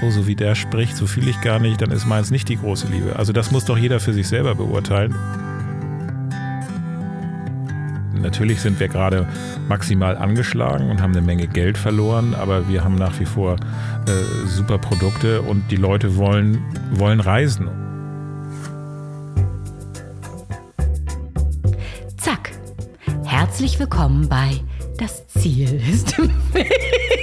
oh, so wie der spricht, so fühle ich gar nicht, dann ist meins nicht die große Liebe. Also das muss doch jeder für sich selber beurteilen. Natürlich sind wir gerade maximal angeschlagen und haben eine Menge Geld verloren, aber wir haben nach wie vor super Produkte und die Leute wollen reisen. Zack. Herzlich willkommen bei Das Ziel ist im Weg.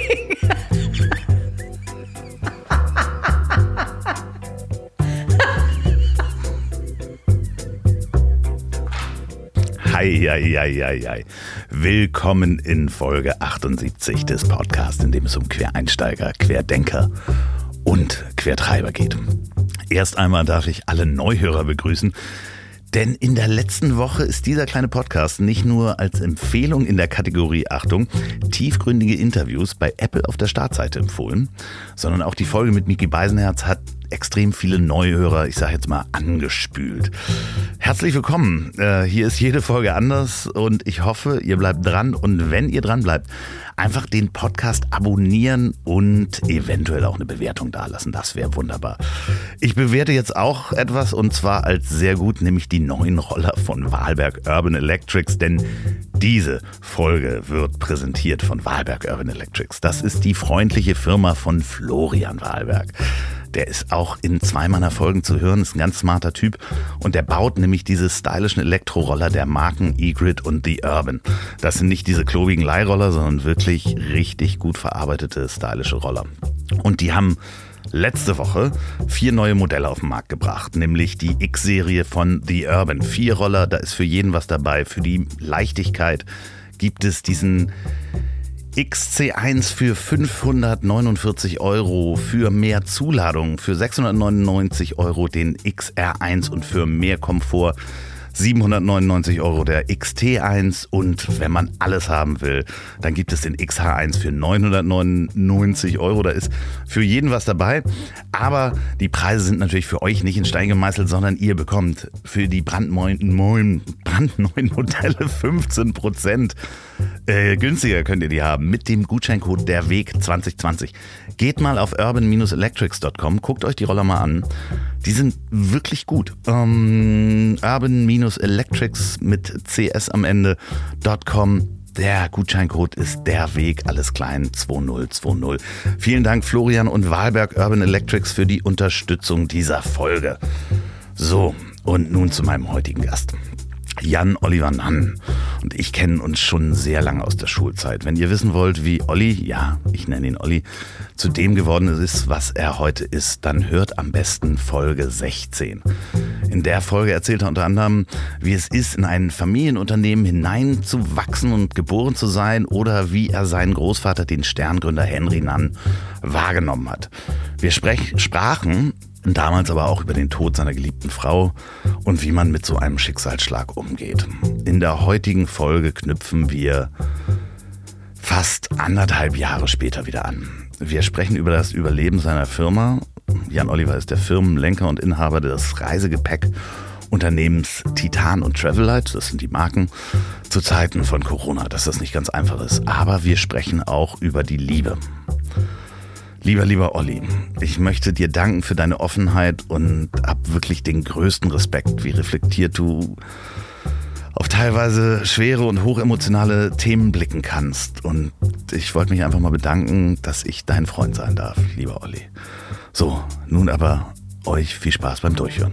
Hei. Willkommen in Folge 78 des Podcasts, in dem es um Quereinsteiger, Querdenker und Quertreiber geht. Erst einmal darf ich alle Neuhörer begrüßen, denn in der letzten Woche ist dieser kleine Podcast nicht nur als Empfehlung in der Kategorie, Achtung, tiefgründige Interviews bei Apple auf der Startseite empfohlen, sondern auch die Folge mit Micky Beisenherz hat extrem viele Neuhörer, ich sage jetzt mal, angespült. Herzlich willkommen. Hier ist jede Folge anders und ich hoffe, ihr bleibt dran. Und wenn ihr dran bleibt, einfach den Podcast abonnieren und eventuell auch eine Bewertung dalassen. Das wäre wunderbar. Ich bewerte jetzt auch etwas und zwar als sehr gut, nämlich die neuen Roller von Wahlberg Urban Electrics, denn diese Folge wird präsentiert von Wahlberg Urban Electrics. Das ist die freundliche Firma von Florian Wahlberg. Der ist auch in 2 meiner Folgen zu hören, ist ein ganz smarter Typ und der baut nämlich diese stylischen Elektroroller der Marken E-Grid und The Urban. Das sind nicht diese klobigen Leihroller, sondern wirklich richtig gut verarbeitete stylische Roller. Und die haben letzte Woche 4 neue Modelle auf den Markt gebracht, nämlich die X-Serie von The Urban. 4 Roller, da ist für jeden was dabei. Für die Leichtigkeit gibt es diesen XC1 für 549 €, für mehr Zuladung für 699 € den XR1 und für mehr Komfort 799 € der XT1 und wenn man alles haben will, dann gibt es den XH1 für 999 €. Da ist für jeden was dabei, aber die Preise sind natürlich für euch nicht in Stein gemeißelt, sondern ihr bekommt für die brandneuen Modelle 15% günstiger könnt ihr die haben mit dem Gutscheincode DERWEG2020. Geht mal auf urban-electrics.com, guckt euch die Roller mal an. Die sind wirklich gut. Urban-electrics mit CS am Ende.com. Der Gutscheincode ist DERWEG, alles klein, 2020. Vielen Dank Florian und Wahlberg Urban Electrics für die Unterstützung dieser Folge. So, und nun zu meinem heutigen Gast. Jan-Oliver Nann und ich kennen uns schon sehr lange aus der Schulzeit. Wenn ihr wissen wollt, wie Olli, ja, ich nenne ihn Olli, zu dem geworden ist, was er heute ist, dann hört am besten Folge 16. In der Folge erzählt er unter anderem, wie es ist, in ein Familienunternehmen hineinzuwachsen und geboren zu sein oder wie er seinen Großvater, den Sterngründer Henry Nann, wahrgenommen hat. Wir sprachen damals aber auch über den Tod seiner geliebten Frau und wie man mit so einem Schicksalsschlag umgeht. In der heutigen Folge knüpfen wir fast 1,5 Jahre später wieder an. Wir sprechen über das Überleben seiner Firma. Jan-Oliver ist der Firmenlenker und Inhaber des Reisegepäck-Unternehmens Titan und Travelite. Das sind die Marken zu Zeiten von Corona, dass das nicht ganz einfach ist. Aber wir sprechen auch über die Liebe. Lieber Olli, ich möchte dir danken für deine Offenheit und hab wirklich den größten Respekt, wie reflektiert du auf teilweise schwere und hochemotionale Themen blicken kannst. Und ich wollte mich einfach mal bedanken, dass ich dein Freund sein darf, lieber Olli. So, nun aber euch viel Spaß beim Durchhören.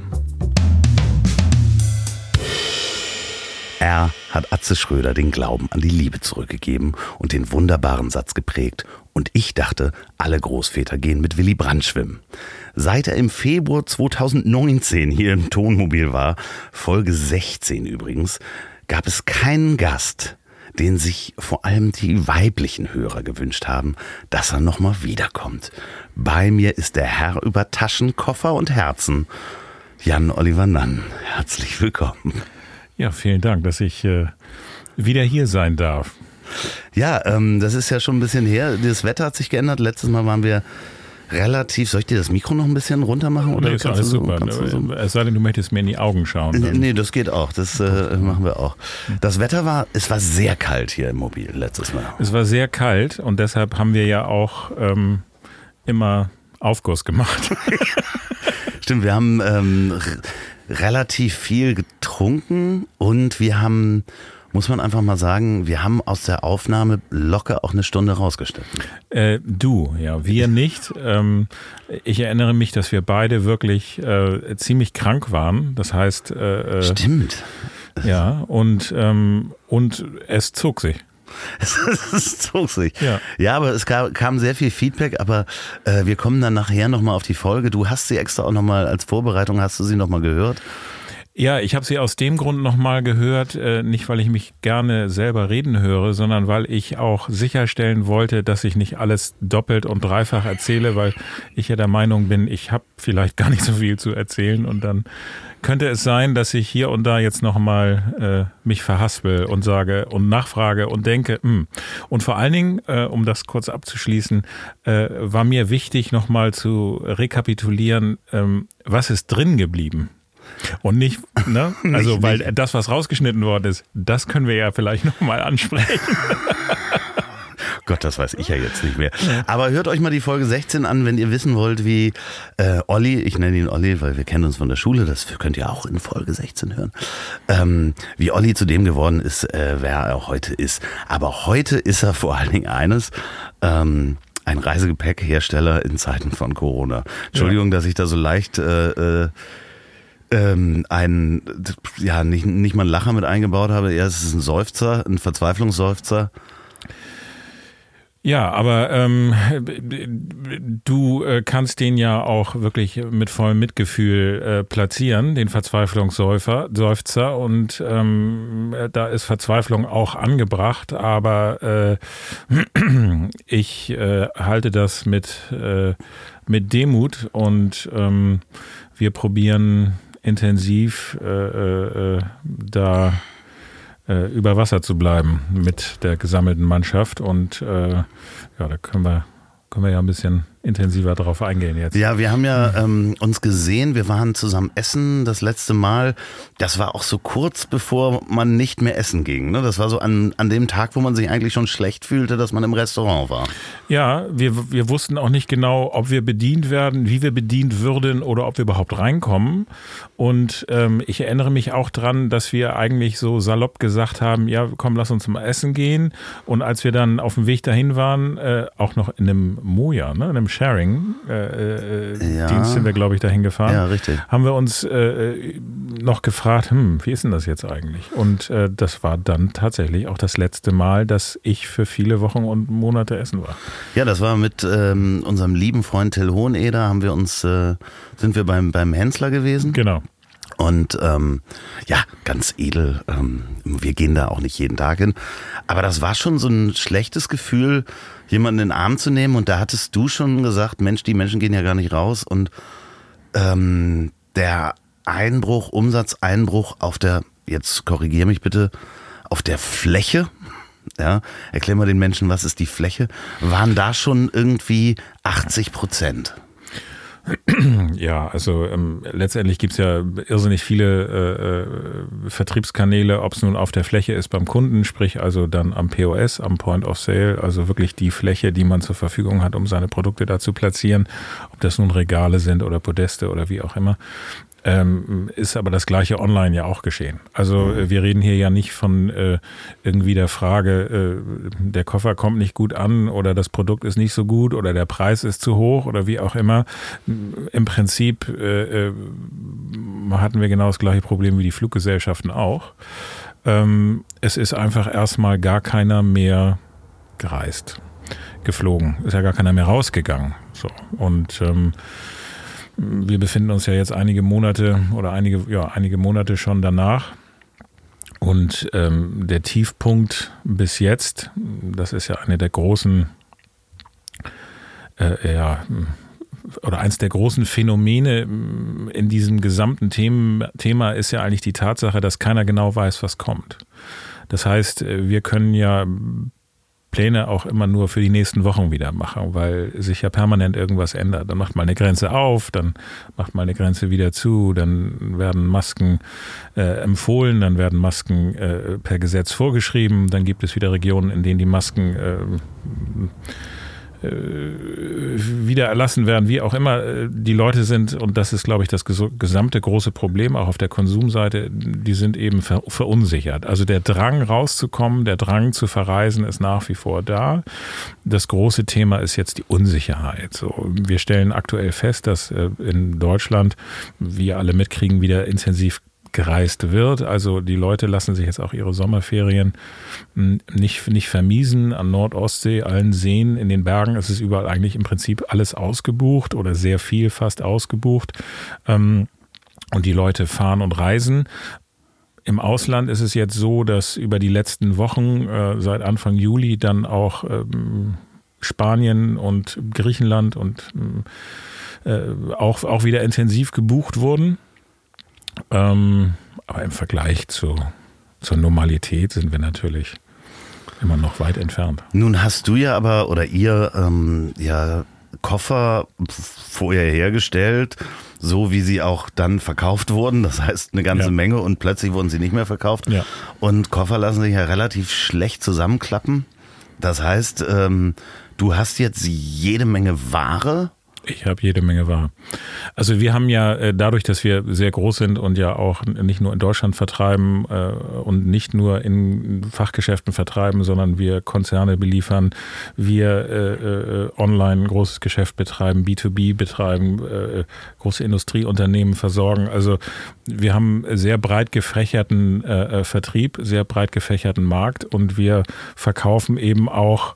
Er hat Atze Schröder den Glauben an die Liebe zurückgegeben und den wunderbaren Satz geprägt. Und ich dachte, alle Großväter gehen mit Willy Brandt schwimmen. Seit er im Februar 2019 hier im Tonmobil war, Folge 16 übrigens, gab es keinen Gast, den sich vor allem die weiblichen Hörer gewünscht haben, dass er nochmal wiederkommt. Bei mir ist der Herr über Taschen, Koffer und Herzen, Jan-Oliver Nann. Herzlich willkommen. Ja, vielen Dank, dass ich wieder hier sein darf. Ja, das ist ja schon ein bisschen her. Das Wetter hat sich geändert. Letztes Mal waren wir relativ... Soll ich dir das Mikro noch ein bisschen runter machen? Oder ist alles super. Es sei denn, du möchtest mir in die Augen schauen. Nee, das geht auch. Das machen wir auch. Das Wetter es war sehr kalt hier im Mobil letztes Mal. Es war sehr kalt und deshalb haben wir ja auch immer Aufguss gemacht. Stimmt, wir haben relativ viel getrunken und wir haben, muss man einfach mal sagen, wir haben aus der Aufnahme locker auch eine Stunde rausgeschnitten. Wir nicht. Ich erinnere mich, dass wir beide wirklich ziemlich krank waren. Das heißt... Stimmt. Ja, und es zog sich. Es zog sich. Ja, ja, aber es kam sehr viel Feedback, aber wir kommen dann nachher nochmal auf die Folge. Du hast sie extra auch nochmal als Vorbereitung, hast du sie nochmal gehört? Ja, ich habe sie aus dem Grund nochmal gehört, nicht weil ich mich gerne selber reden höre, sondern weil ich auch sicherstellen wollte, dass ich nicht alles doppelt und dreifach erzähle, weil ich ja der Meinung bin, ich habe vielleicht gar nicht so viel zu erzählen und dann könnte es sein, dass ich hier und da jetzt nochmal mich verhaspel und sage und nachfrage und denke, Und vor allen Dingen, um das kurz abzuschließen, war mir wichtig nochmal zu rekapitulieren, was ist drin geblieben? Und nicht, ne? Also, weil das, was rausgeschnitten worden ist, das können wir ja vielleicht nochmal ansprechen. Gott, das weiß ich ja jetzt nicht mehr. Aber hört euch mal die Folge 16 an, wenn ihr wissen wollt, wie Olli, ich nenne ihn Olli, weil wir kennen uns von der Schule, das könnt ihr auch in Folge 16 hören, wie Olli zu dem geworden ist, wer er auch heute ist. Aber heute ist er vor allen Dingen eines, ein Reisegepäckhersteller in Zeiten von Corona. Entschuldigung, dass ich da so leicht... nicht mal einen Lacher mit eingebaut habe, eher es ist ein Seufzer, ein Verzweiflungsseufzer. Ja, aber du kannst den ja auch wirklich mit vollem Mitgefühl platzieren, den Verzweiflungsseufzer und da ist Verzweiflung auch angebracht, aber ich halte das mit Demut und wir probieren intensiv da über Wasser zu bleiben mit der gesammelten Mannschaft und da können wir ja ein bisschen intensiver drauf eingehen jetzt. Ja, wir haben ja uns gesehen, wir waren zusammen essen das letzte Mal. Das war auch so kurz bevor man nicht mehr essen ging. Ne? Das war so an dem Tag, wo man sich eigentlich schon schlecht fühlte, dass man im Restaurant war. Ja, wir wussten auch nicht genau, ob wir bedient werden, wie wir bedient würden oder ob wir überhaupt reinkommen. Und ich erinnere mich auch dran, dass wir eigentlich so salopp gesagt haben, ja komm, lass uns mal essen gehen. Und als wir dann auf dem Weg dahin waren, auch noch in einem Moja, ne, in einem Sharing-Dienst sind wir, glaube ich, dahin gefahren. Ja, richtig. Haben wir uns noch gefragt, wie ist denn das jetzt eigentlich? Und das war dann tatsächlich auch das letzte Mal, dass ich für viele Wochen und Monate essen war. Ja, das war mit unserem lieben Freund Till Hoheneder, sind wir beim Hensler gewesen. Genau. Und ganz edel. Wir gehen da auch nicht jeden Tag hin. Aber das war schon so ein schlechtes Gefühl, jemanden in den Arm zu nehmen. Und da hattest du schon gesagt, Mensch, die Menschen gehen ja gar nicht raus. Und der Umsatzeinbruch auf der, jetzt korrigiere mich bitte, auf der Fläche, ja, erklär mal den Menschen, was ist die Fläche, waren da schon irgendwie 80%. Ja, also letztendlich gibt's ja irrsinnig viele Vertriebskanäle, ob es nun auf der Fläche ist beim Kunden, sprich also dann am POS, am Point of Sale, also wirklich die Fläche, die man zur Verfügung hat, um seine Produkte da zu platzieren, ob das nun Regale sind oder Podeste oder wie auch immer. Ist aber das gleiche online ja auch geschehen. Also wir reden hier ja nicht von irgendwie der Frage, der Koffer kommt nicht gut an oder das Produkt ist nicht so gut oder der Preis ist zu hoch oder wie auch immer. Im Prinzip hatten wir genau das gleiche Problem wie die Fluggesellschaften auch. Es ist einfach erstmal gar keiner mehr gereist, geflogen. Ist ja gar keiner mehr rausgegangen. So. Und wir befinden uns ja jetzt einige Monate schon danach. Und der Tiefpunkt bis jetzt, das ist ja eine der großen, oder eins der großen Phänomene in diesem gesamten Thema ist ja eigentlich die Tatsache, dass keiner genau weiß, was kommt. Das heißt, wir können ja Pläne auch immer nur für die nächsten Wochen wieder machen, weil sich ja permanent irgendwas ändert. Dann macht mal eine Grenze auf, dann macht mal eine Grenze wieder zu, dann werden Masken empfohlen, dann werden Masken per Gesetz vorgeschrieben, dann gibt es wieder Regionen, in denen die Masken wieder wieder erlassen werden, wie auch immer. Die Leute sind, und das ist, glaube ich, das gesamte große Problem auch auf der Konsumseite, die sind eben verunsichert. Also der Drang rauszukommen, der Drang zu verreisen ist nach wie vor da. Das große Thema ist jetzt die Unsicherheit. So, wir stellen aktuell fest, dass in Deutschland, wie alle mitkriegen, wieder intensiv gereist wird. Also die Leute lassen sich jetzt auch ihre Sommerferien nicht vermiesen. An Nord-Ostsee, allen Seen, in den Bergen ist es überall eigentlich im Prinzip alles ausgebucht oder sehr viel fast ausgebucht. Und die Leute fahren und reisen. Im Ausland ist es jetzt so, dass über die letzten Wochen, seit Anfang Juli, dann auch Spanien und Griechenland und auch wieder intensiv gebucht wurden. Aber im Vergleich zur Normalität sind wir natürlich immer noch weit entfernt. Nun hast du ja aber, oder ihr, Koffer vorher hergestellt, so wie sie auch dann verkauft wurden. Das heißt eine ganze Menge und plötzlich wurden sie nicht mehr verkauft. Ja. Und Koffer lassen sich ja relativ schlecht zusammenklappen. Das heißt, du hast jetzt jede Menge Ware. Ich habe jede Menge Ware. Also wir haben ja dadurch, dass wir sehr groß sind und ja auch nicht nur in Deutschland vertreiben und nicht nur in Fachgeschäften vertreiben, sondern wir Konzerne beliefern, wir online ein großes Geschäft betreiben, B2B betreiben, große Industrieunternehmen versorgen. Also wir haben sehr breit gefächerten Vertrieb, sehr breit gefächerten Markt und wir verkaufen eben auch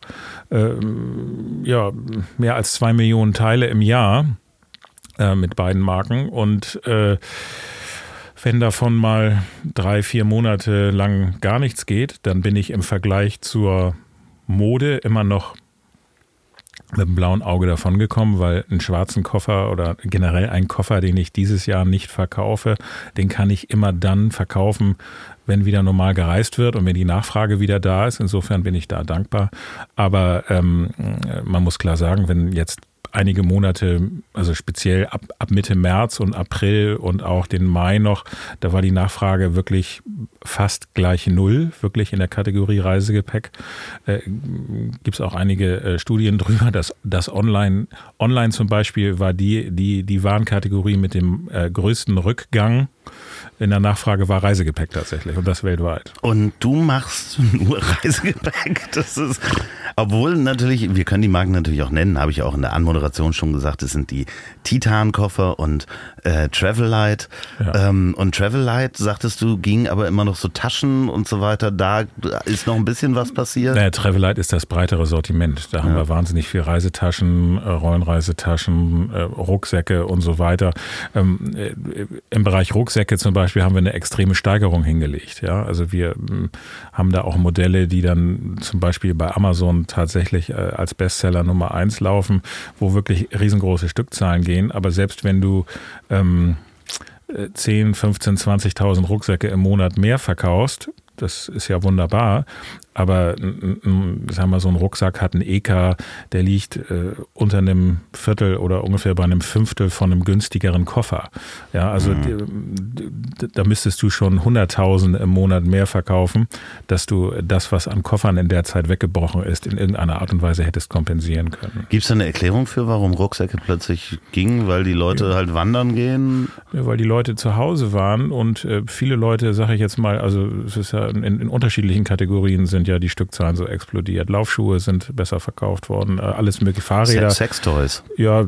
mehr als 2 Millionen Teile im Jahr mit beiden Marken und wenn davon mal 3-4 Monate lang gar nichts geht, dann bin ich im Vergleich zur Mode immer noch mit dem blauen Auge davongekommen, weil einen schwarzen Koffer oder generell einen Koffer, den ich dieses Jahr nicht verkaufe, den kann ich immer dann verkaufen, wenn wieder normal gereist wird und wenn die Nachfrage wieder da ist. Insofern bin ich da dankbar. Aber man muss klar sagen, wenn jetzt einige Monate, also speziell ab Mitte März und April und auch den Mai noch, da war die Nachfrage wirklich fast gleich null, wirklich in der Kategorie Reisegepäck. Gibt es auch einige Studien drüber, dass online zum Beispiel war die Warenkategorie mit dem größten Rückgang in der Nachfrage war Reisegepäck tatsächlich und das weltweit. Und du machst nur Reisegepäck? Das ist, obwohl natürlich, wir können die Marken natürlich auch nennen, habe ich auch in der Anmoderation schon gesagt, das sind die Titan-Koffer und Travelite. Ja. Und Travelite, sagtest du, ging aber immer noch so Taschen und so weiter. Da ist noch ein bisschen was passiert? Naja, Travelite ist das breitere Sortiment. Da haben wir wahnsinnig viel Reisetaschen, Rollenreisetaschen, Rucksäcke und so weiter. Im Bereich Rucksäcke zum Beispiel haben wir eine extreme Steigerung hingelegt. Ja? Also wir haben da auch Modelle, die dann zum Beispiel bei Amazon tatsächlich als Bestseller Nummer 1 laufen, wo wirklich riesengroße Stückzahlen gehen. Aber selbst wenn du 10, 15, 20.000 Rucksäcke im Monat mehr verkaufst, das ist ja wunderbar, aber sagen wir, so ein Rucksack hat einen EK, der liegt unter einem Viertel oder ungefähr bei einem Fünftel von einem günstigeren Koffer. Ja, also da müsstest du schon 100.000 im Monat mehr verkaufen, dass du das, was an Koffern in der Zeit weggebrochen ist, in irgendeiner Art und Weise hättest kompensieren können. Gibt es da eine Erklärung für, warum Rucksäcke plötzlich gingen? Weil die Leute halt wandern gehen? Ja, weil die Leute zu Hause waren und viele Leute, sage ich jetzt mal, also es ist ja in unterschiedlichen Kategorien sind ja die Stückzahlen so explodiert. Laufschuhe sind besser verkauft worden, alles mögliche, Fahrräder. Sextoys. Ja.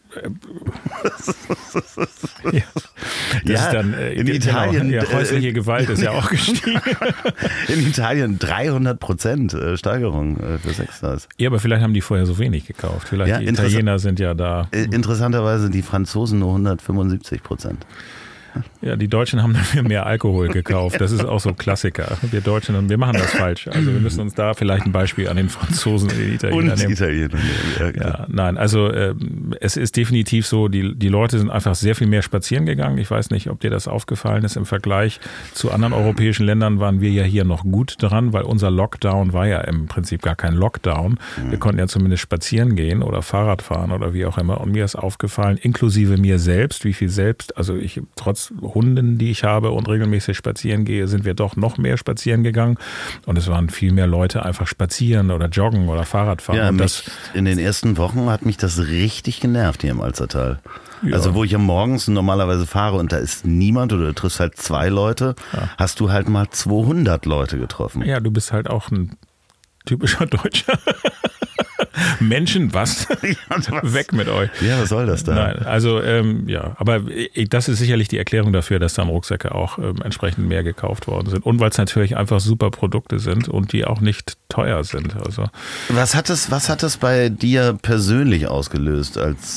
Das ist dann, in Italien. Genau, häusliche Gewalt ist ja auch gestiegen. In Italien 300% Steigerung für Sextoys. Ja, aber vielleicht haben die vorher so wenig gekauft. Vielleicht die Italiener sind ja da. Interessanterweise die Franzosen nur 175%. Ja, die Deutschen haben dafür mehr Alkohol gekauft. Das ist auch so ein Klassiker. Wir Deutschen, wir machen das falsch. Also wir müssen uns da vielleicht ein Beispiel an den Franzosen und den Italienern nehmen. Ja, nein, also es ist definitiv so, die Leute sind einfach sehr viel mehr spazieren gegangen. Ich weiß nicht, ob dir das aufgefallen ist. Im Vergleich zu anderen europäischen Ländern waren wir ja hier noch gut dran, weil unser Lockdown war ja im Prinzip gar kein Lockdown. Wir konnten ja zumindest spazieren gehen oder Fahrrad fahren oder wie auch immer. Und mir ist aufgefallen, inklusive mir selbst, wie viel selbst, also ich trotz trotz Hunden, die ich habe und regelmäßig spazieren gehe, sind wir doch noch mehr spazieren gegangen. Und es waren viel mehr Leute einfach spazieren oder joggen oder Fahrrad fahren. Ja, und in den ersten Wochen hat mich das richtig genervt hier im Alzertal. Ja. Also wo ich am Morgens normalerweise fahre und da ist niemand oder du triffst halt 2 Leute, hast du halt mal 200 Leute getroffen. Ja, du bist halt auch ein typischer Deutscher. Menschen, was? Weg mit euch. Ja, was soll das da? Nein, also aber das ist sicherlich die Erklärung dafür, dass dann Rucksäcke auch entsprechend mehr gekauft worden sind. Und weil es natürlich einfach super Produkte sind und die auch nicht teuer sind. Also Was hat es bei dir persönlich ausgelöst,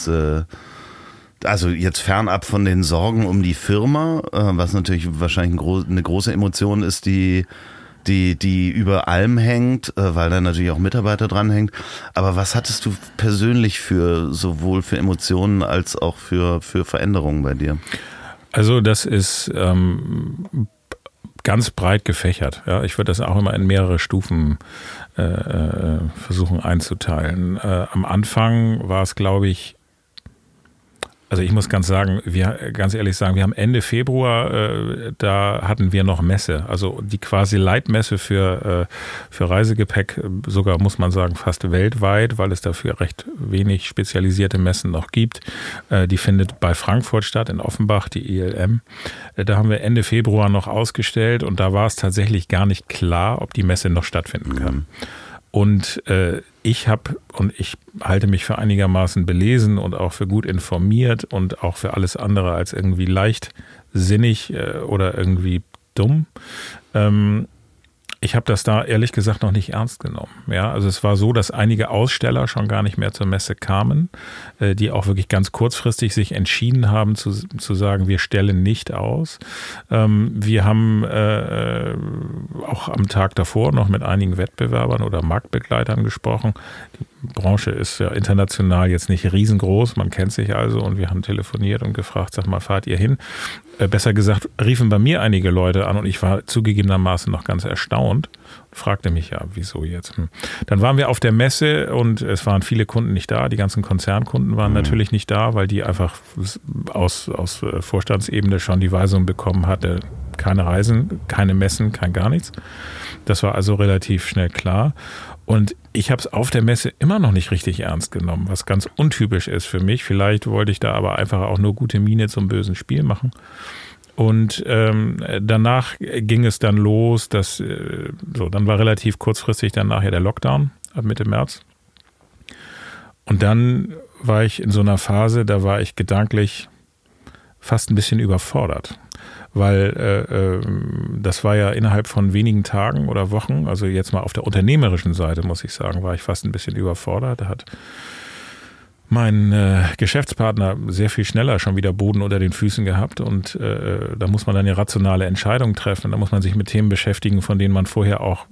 also jetzt fernab von den Sorgen um die Firma, was natürlich wahrscheinlich eine große Emotion ist, die über allem hängt, weil da natürlich auch Mitarbeiter dran hängt. Aber was hattest du persönlich sowohl für Emotionen als auch für Veränderungen bei dir? Also das ist ganz breit gefächert. Ja, ich würde das auch immer in mehrere Stufen versuchen einzuteilen. Am Anfang war es, glaube ich, also ich muss ganz ehrlich sagen, wir haben Ende Februar, da hatten wir noch Messe, also die quasi Leitmesse für Reisegepäck, sogar muss man sagen fast weltweit, weil es dafür recht wenig spezialisierte Messen noch gibt. Die findet bei Frankfurt statt, in Offenbach, die ELM. Da haben wir Ende Februar noch ausgestellt und da war es tatsächlich gar nicht klar, ob die Messe noch stattfinden kann. Und ich halte mich für einigermaßen belesen und auch für gut informiert und auch für alles andere als irgendwie leichtsinnig oder irgendwie dumm. Ich habe das da ehrlich gesagt noch nicht ernst genommen. Ja, also es war so, dass einige Aussteller schon gar nicht mehr zur Messe kamen, die auch wirklich ganz kurzfristig sich entschieden haben zu sagen, wir stellen nicht aus. Wir haben auch am Tag davor noch mit einigen Wettbewerbern oder Marktbegleitern gesprochen. Die Branche ist ja international jetzt nicht riesengroß, man kennt sich also und wir haben telefoniert und gefragt, sag mal, fahrt ihr hin? Besser gesagt, riefen bei mir einige Leute an und ich war zugegebenermaßen noch ganz erstaunt. Fragte mich ja, wieso jetzt? Dann waren wir auf der Messe und es waren viele Kunden nicht da. Die ganzen Konzernkunden waren natürlich nicht da, weil die einfach aus Vorstandsebene schon die Weisung bekommen hatte, keine Reisen, keine Messen, kein gar nichts. Das war also relativ schnell klar. Und ich habe es auf der Messe immer noch nicht richtig ernst genommen, was ganz untypisch ist für mich. Vielleicht wollte ich da aber einfach auch nur gute Miene zum bösen Spiel machen. Und danach ging es dann los, dann war relativ kurzfristig dann nachher der Lockdown ab Mitte März. Und dann war ich in so einer Phase, da war ich gedanklich fast ein bisschen überfordert. Weil das war ja innerhalb von wenigen Tagen oder Wochen, also jetzt mal auf der unternehmerischen Seite, muss ich sagen, war ich fast ein bisschen überfordert. Da hat mein Geschäftspartner sehr viel schneller schon wieder Boden unter den Füßen gehabt und da muss man dann eine rationale Entscheidung treffen. Da muss man sich mit Themen beschäftigen, von denen man vorher auch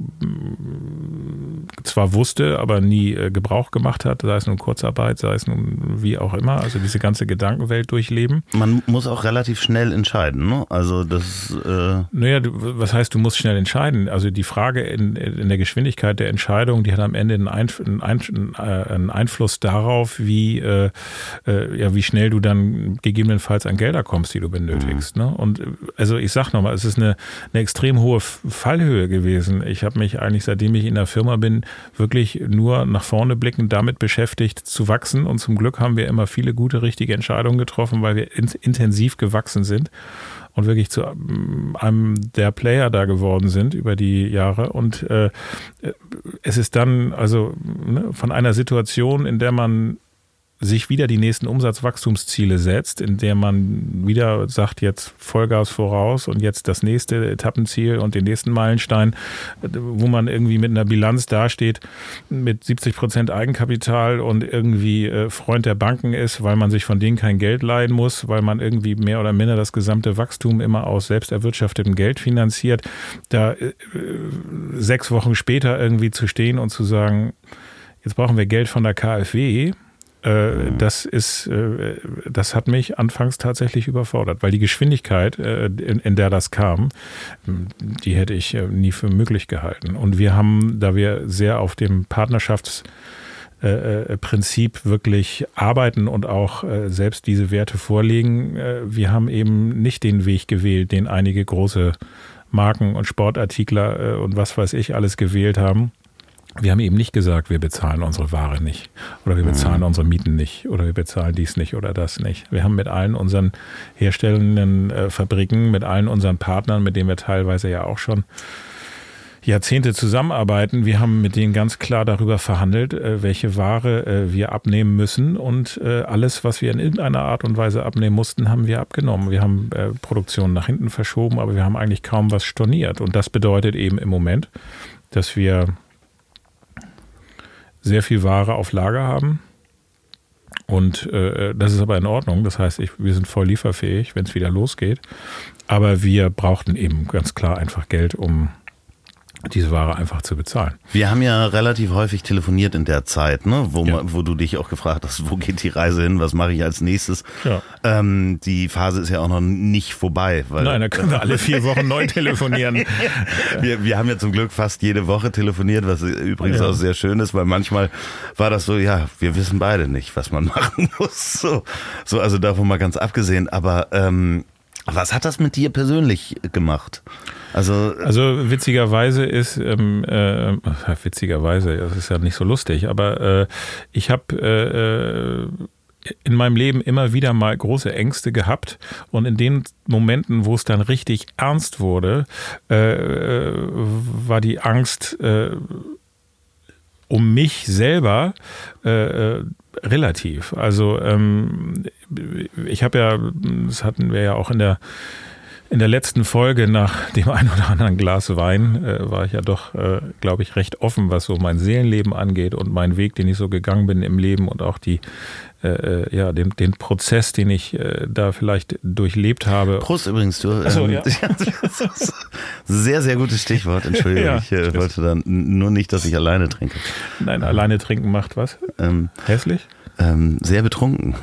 zwar wusste, aber nie Gebrauch gemacht hat, sei es nun Kurzarbeit, sei es nun wie auch immer, also diese ganze Gedankenwelt durchleben. Man muss auch relativ schnell entscheiden, ne? Also das... Naja, was heißt, du musst schnell entscheiden? Also die Frage in der Geschwindigkeit der Entscheidung, die hat am Ende einen Einfluss darauf, wie schnell du dann gegebenenfalls an Gelder kommst, die du benötigst. Ne? Und also ich sag nochmal, es ist eine extrem hohe Fallhöhe gewesen. Ich habe mich eigentlich, seitdem ich in der Firma bin, wirklich nur nach vorne blickend damit beschäftigt, zu wachsen. Und zum Glück haben wir immer viele gute, richtige Entscheidungen getroffen, weil wir intensiv gewachsen sind und wirklich zu einem der Player da geworden sind über die Jahre. Und es ist dann also von einer Situation, in der man sich wieder die nächsten Umsatzwachstumsziele setzt, in der man wieder sagt, jetzt Vollgas voraus und jetzt das nächste Etappenziel und den nächsten Meilenstein, wo man irgendwie mit einer Bilanz dasteht, mit 70% Eigenkapital und irgendwie Freund der Banken ist, weil man sich von denen kein Geld leihen muss, weil man irgendwie mehr oder minder das gesamte Wachstum immer aus selbst erwirtschaftetem Geld finanziert, da 6 Wochen später irgendwie zu stehen und zu sagen, jetzt brauchen wir Geld von der KfW, das hat mich anfangs tatsächlich überfordert, weil die Geschwindigkeit, in der das kam, die hätte ich nie für möglich gehalten. Und wir haben, da wir sehr auf dem Partnerschaftsweg Prinzip wirklich arbeiten und auch selbst diese Werte vorlegen. Wir haben eben nicht den Weg gewählt, den einige große Marken und Sportartikler und was weiß ich alles gewählt haben. Wir haben eben nicht gesagt, wir bezahlen unsere Ware nicht oder wir bezahlen unsere Mieten nicht oder wir bezahlen dies nicht oder das nicht. Wir haben mit allen unseren herstellenden Fabriken, mit allen unseren Partnern, mit denen wir teilweise ja auch schon Jahrzehnte zusammenarbeiten, wir haben mit denen ganz klar darüber verhandelt, welche Ware wir abnehmen müssen und alles, was wir in irgendeiner Art und Weise abnehmen mussten, haben wir abgenommen. Wir haben Produktion nach hinten verschoben, aber wir haben eigentlich kaum was storniert und das bedeutet eben im Moment, dass wir sehr viel Ware auf Lager haben und das ist aber in Ordnung. Das heißt, wir sind voll lieferfähig, wenn es wieder losgeht. Aber wir brauchten eben ganz klar einfach Geld, um diese Ware einfach zu bezahlen. Wir haben ja relativ häufig telefoniert in der Zeit, ne? Wo du dich auch gefragt hast, wo geht die Reise hin, was mache ich als nächstes? Ja. Die Phase ist ja auch noch nicht vorbei. Weil, nein, da können wir alle 4 Wochen neu telefonieren. wir haben ja zum Glück fast jede Woche telefoniert, was übrigens auch sehr schön ist, weil manchmal war das so, ja, wir wissen beide nicht, was man machen muss. So, also davon mal ganz abgesehen, aber was hat das mit dir persönlich gemacht? Also witzigerweise ist, witzigerweise, das ist ja nicht so lustig, aber ich habe in meinem Leben immer wieder mal große Ängste gehabt und in den Momenten, wo es dann richtig ernst wurde, war die Angst um mich selber relativ. Also ich habe ja, das hatten wir ja auch in der letzten Folge nach dem einen oder anderen Glas Wein war ich ja doch, glaube ich, recht offen, was so mein Seelenleben angeht und meinen Weg, den ich so gegangen bin im Leben und auch den Prozess, den ich da vielleicht durchlebt habe. Prost übrigens, du. Achso, ja. Sehr, sehr gutes Stichwort, Entschuldigung. Ja, ich wollte dann nur nicht, dass ich alleine trinke. Nein, alleine trinken macht was? Hässlich? Sehr betrunken.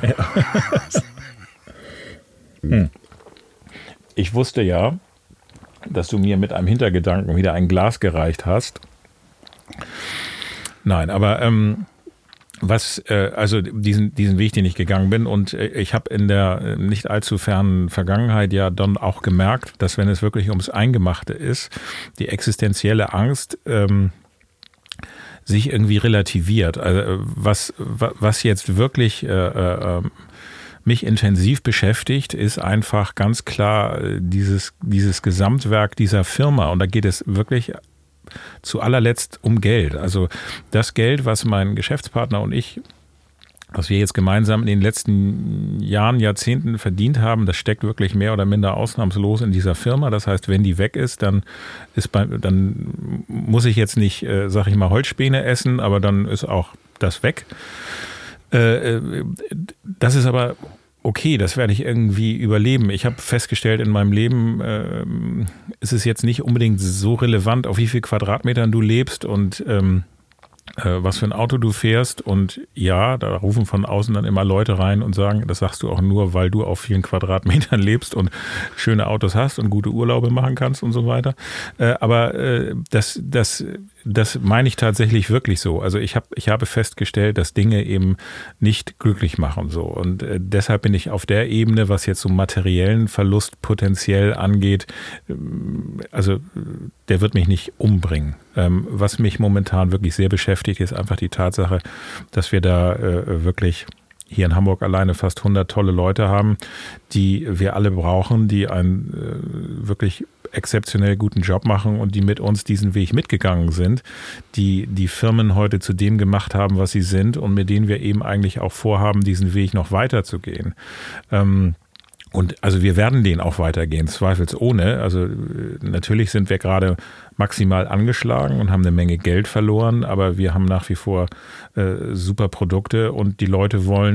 Ja. Ich wusste ja, dass du mir mit einem Hintergedanken wieder ein Glas gereicht hast. Nein, aber also diesen Weg, den ich gegangen bin und ich habe in der nicht allzu fernen Vergangenheit ja dann auch gemerkt, dass wenn es wirklich ums Eingemachte ist, die existenzielle Angst sich irgendwie relativiert. Also was jetzt wirklich mich intensiv beschäftigt, ist einfach ganz klar dieses Gesamtwerk dieser Firma. Und da geht es wirklich zu allerletzt um Geld. Also das Geld, was mein Geschäftspartner und ich, was wir jetzt gemeinsam in den letzten Jahren, Jahrzehnten verdient haben, das steckt wirklich mehr oder minder ausnahmslos in dieser Firma. Das heißt, wenn die weg ist, dann muss ich jetzt nicht, sag ich mal, Holzspäne essen, aber dann ist auch das weg. Das ist aber okay, das werde ich irgendwie überleben. Ich habe festgestellt, in meinem Leben ist es jetzt nicht unbedingt so relevant, auf wie viel Quadratmetern du lebst und was für ein Auto du fährst. Und ja, da rufen von außen dann immer Leute rein und sagen, das sagst du auch nur, weil du auf vielen Quadratmetern lebst und schöne Autos hast und gute Urlaube machen kannst und so weiter. Aber das meine ich tatsächlich wirklich so. Also ich habe festgestellt, dass Dinge eben nicht glücklich machen so. Und deshalb bin ich auf der Ebene, was jetzt so materiellen Verlust potenziell angeht, also der wird mich nicht umbringen. Was mich momentan wirklich sehr beschäftigt, ist einfach die Tatsache, dass wir da wirklich hier in Hamburg alleine fast 100 tolle Leute haben, die wir alle brauchen, die einen wirklich exzeptionell guten Job machen und die mit uns diesen Weg mitgegangen sind, die Firmen heute zu dem gemacht haben, was sie sind und mit denen wir eben eigentlich auch vorhaben, diesen Weg noch weiterzugehen. Und also wir werden den auch weitergehen, zweifelsohne. Also natürlich sind wir gerade maximal angeschlagen und haben eine Menge Geld verloren, aber wir haben nach wie vor super Produkte und die Leute wollen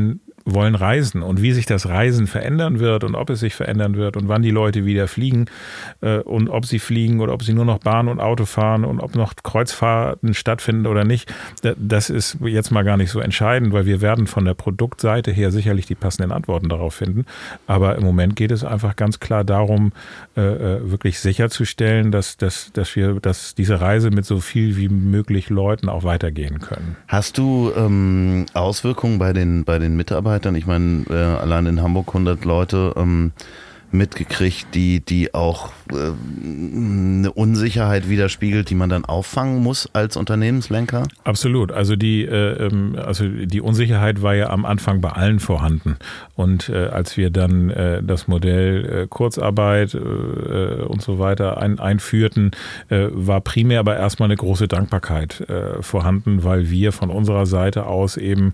wollen reisen und wie sich das Reisen verändern wird und ob es sich verändern wird und wann die Leute wieder fliegen und ob sie fliegen oder ob sie nur noch Bahn und Auto fahren und ob noch Kreuzfahrten stattfinden oder nicht, das ist jetzt mal gar nicht so entscheidend, weil wir werden von der Produktseite her sicherlich die passenden Antworten darauf finden. Aber im Moment geht es einfach ganz klar darum, wirklich sicherzustellen, dass diese Reise mit so viel wie möglich Leuten auch weitergehen können. Hast du Auswirkungen bei den Mitarbeitern? Ich meine, allein in Hamburg 100 Leute mitgekriegt, die auch eine Unsicherheit widerspiegelt, die man dann auffangen muss als Unternehmenslenker? Absolut. Also die Unsicherheit war ja am Anfang bei allen vorhanden. Und als wir dann das Modell Kurzarbeit und so weiter einführten, war primär aber erstmal eine große Dankbarkeit vorhanden, weil wir von unserer Seite aus eben,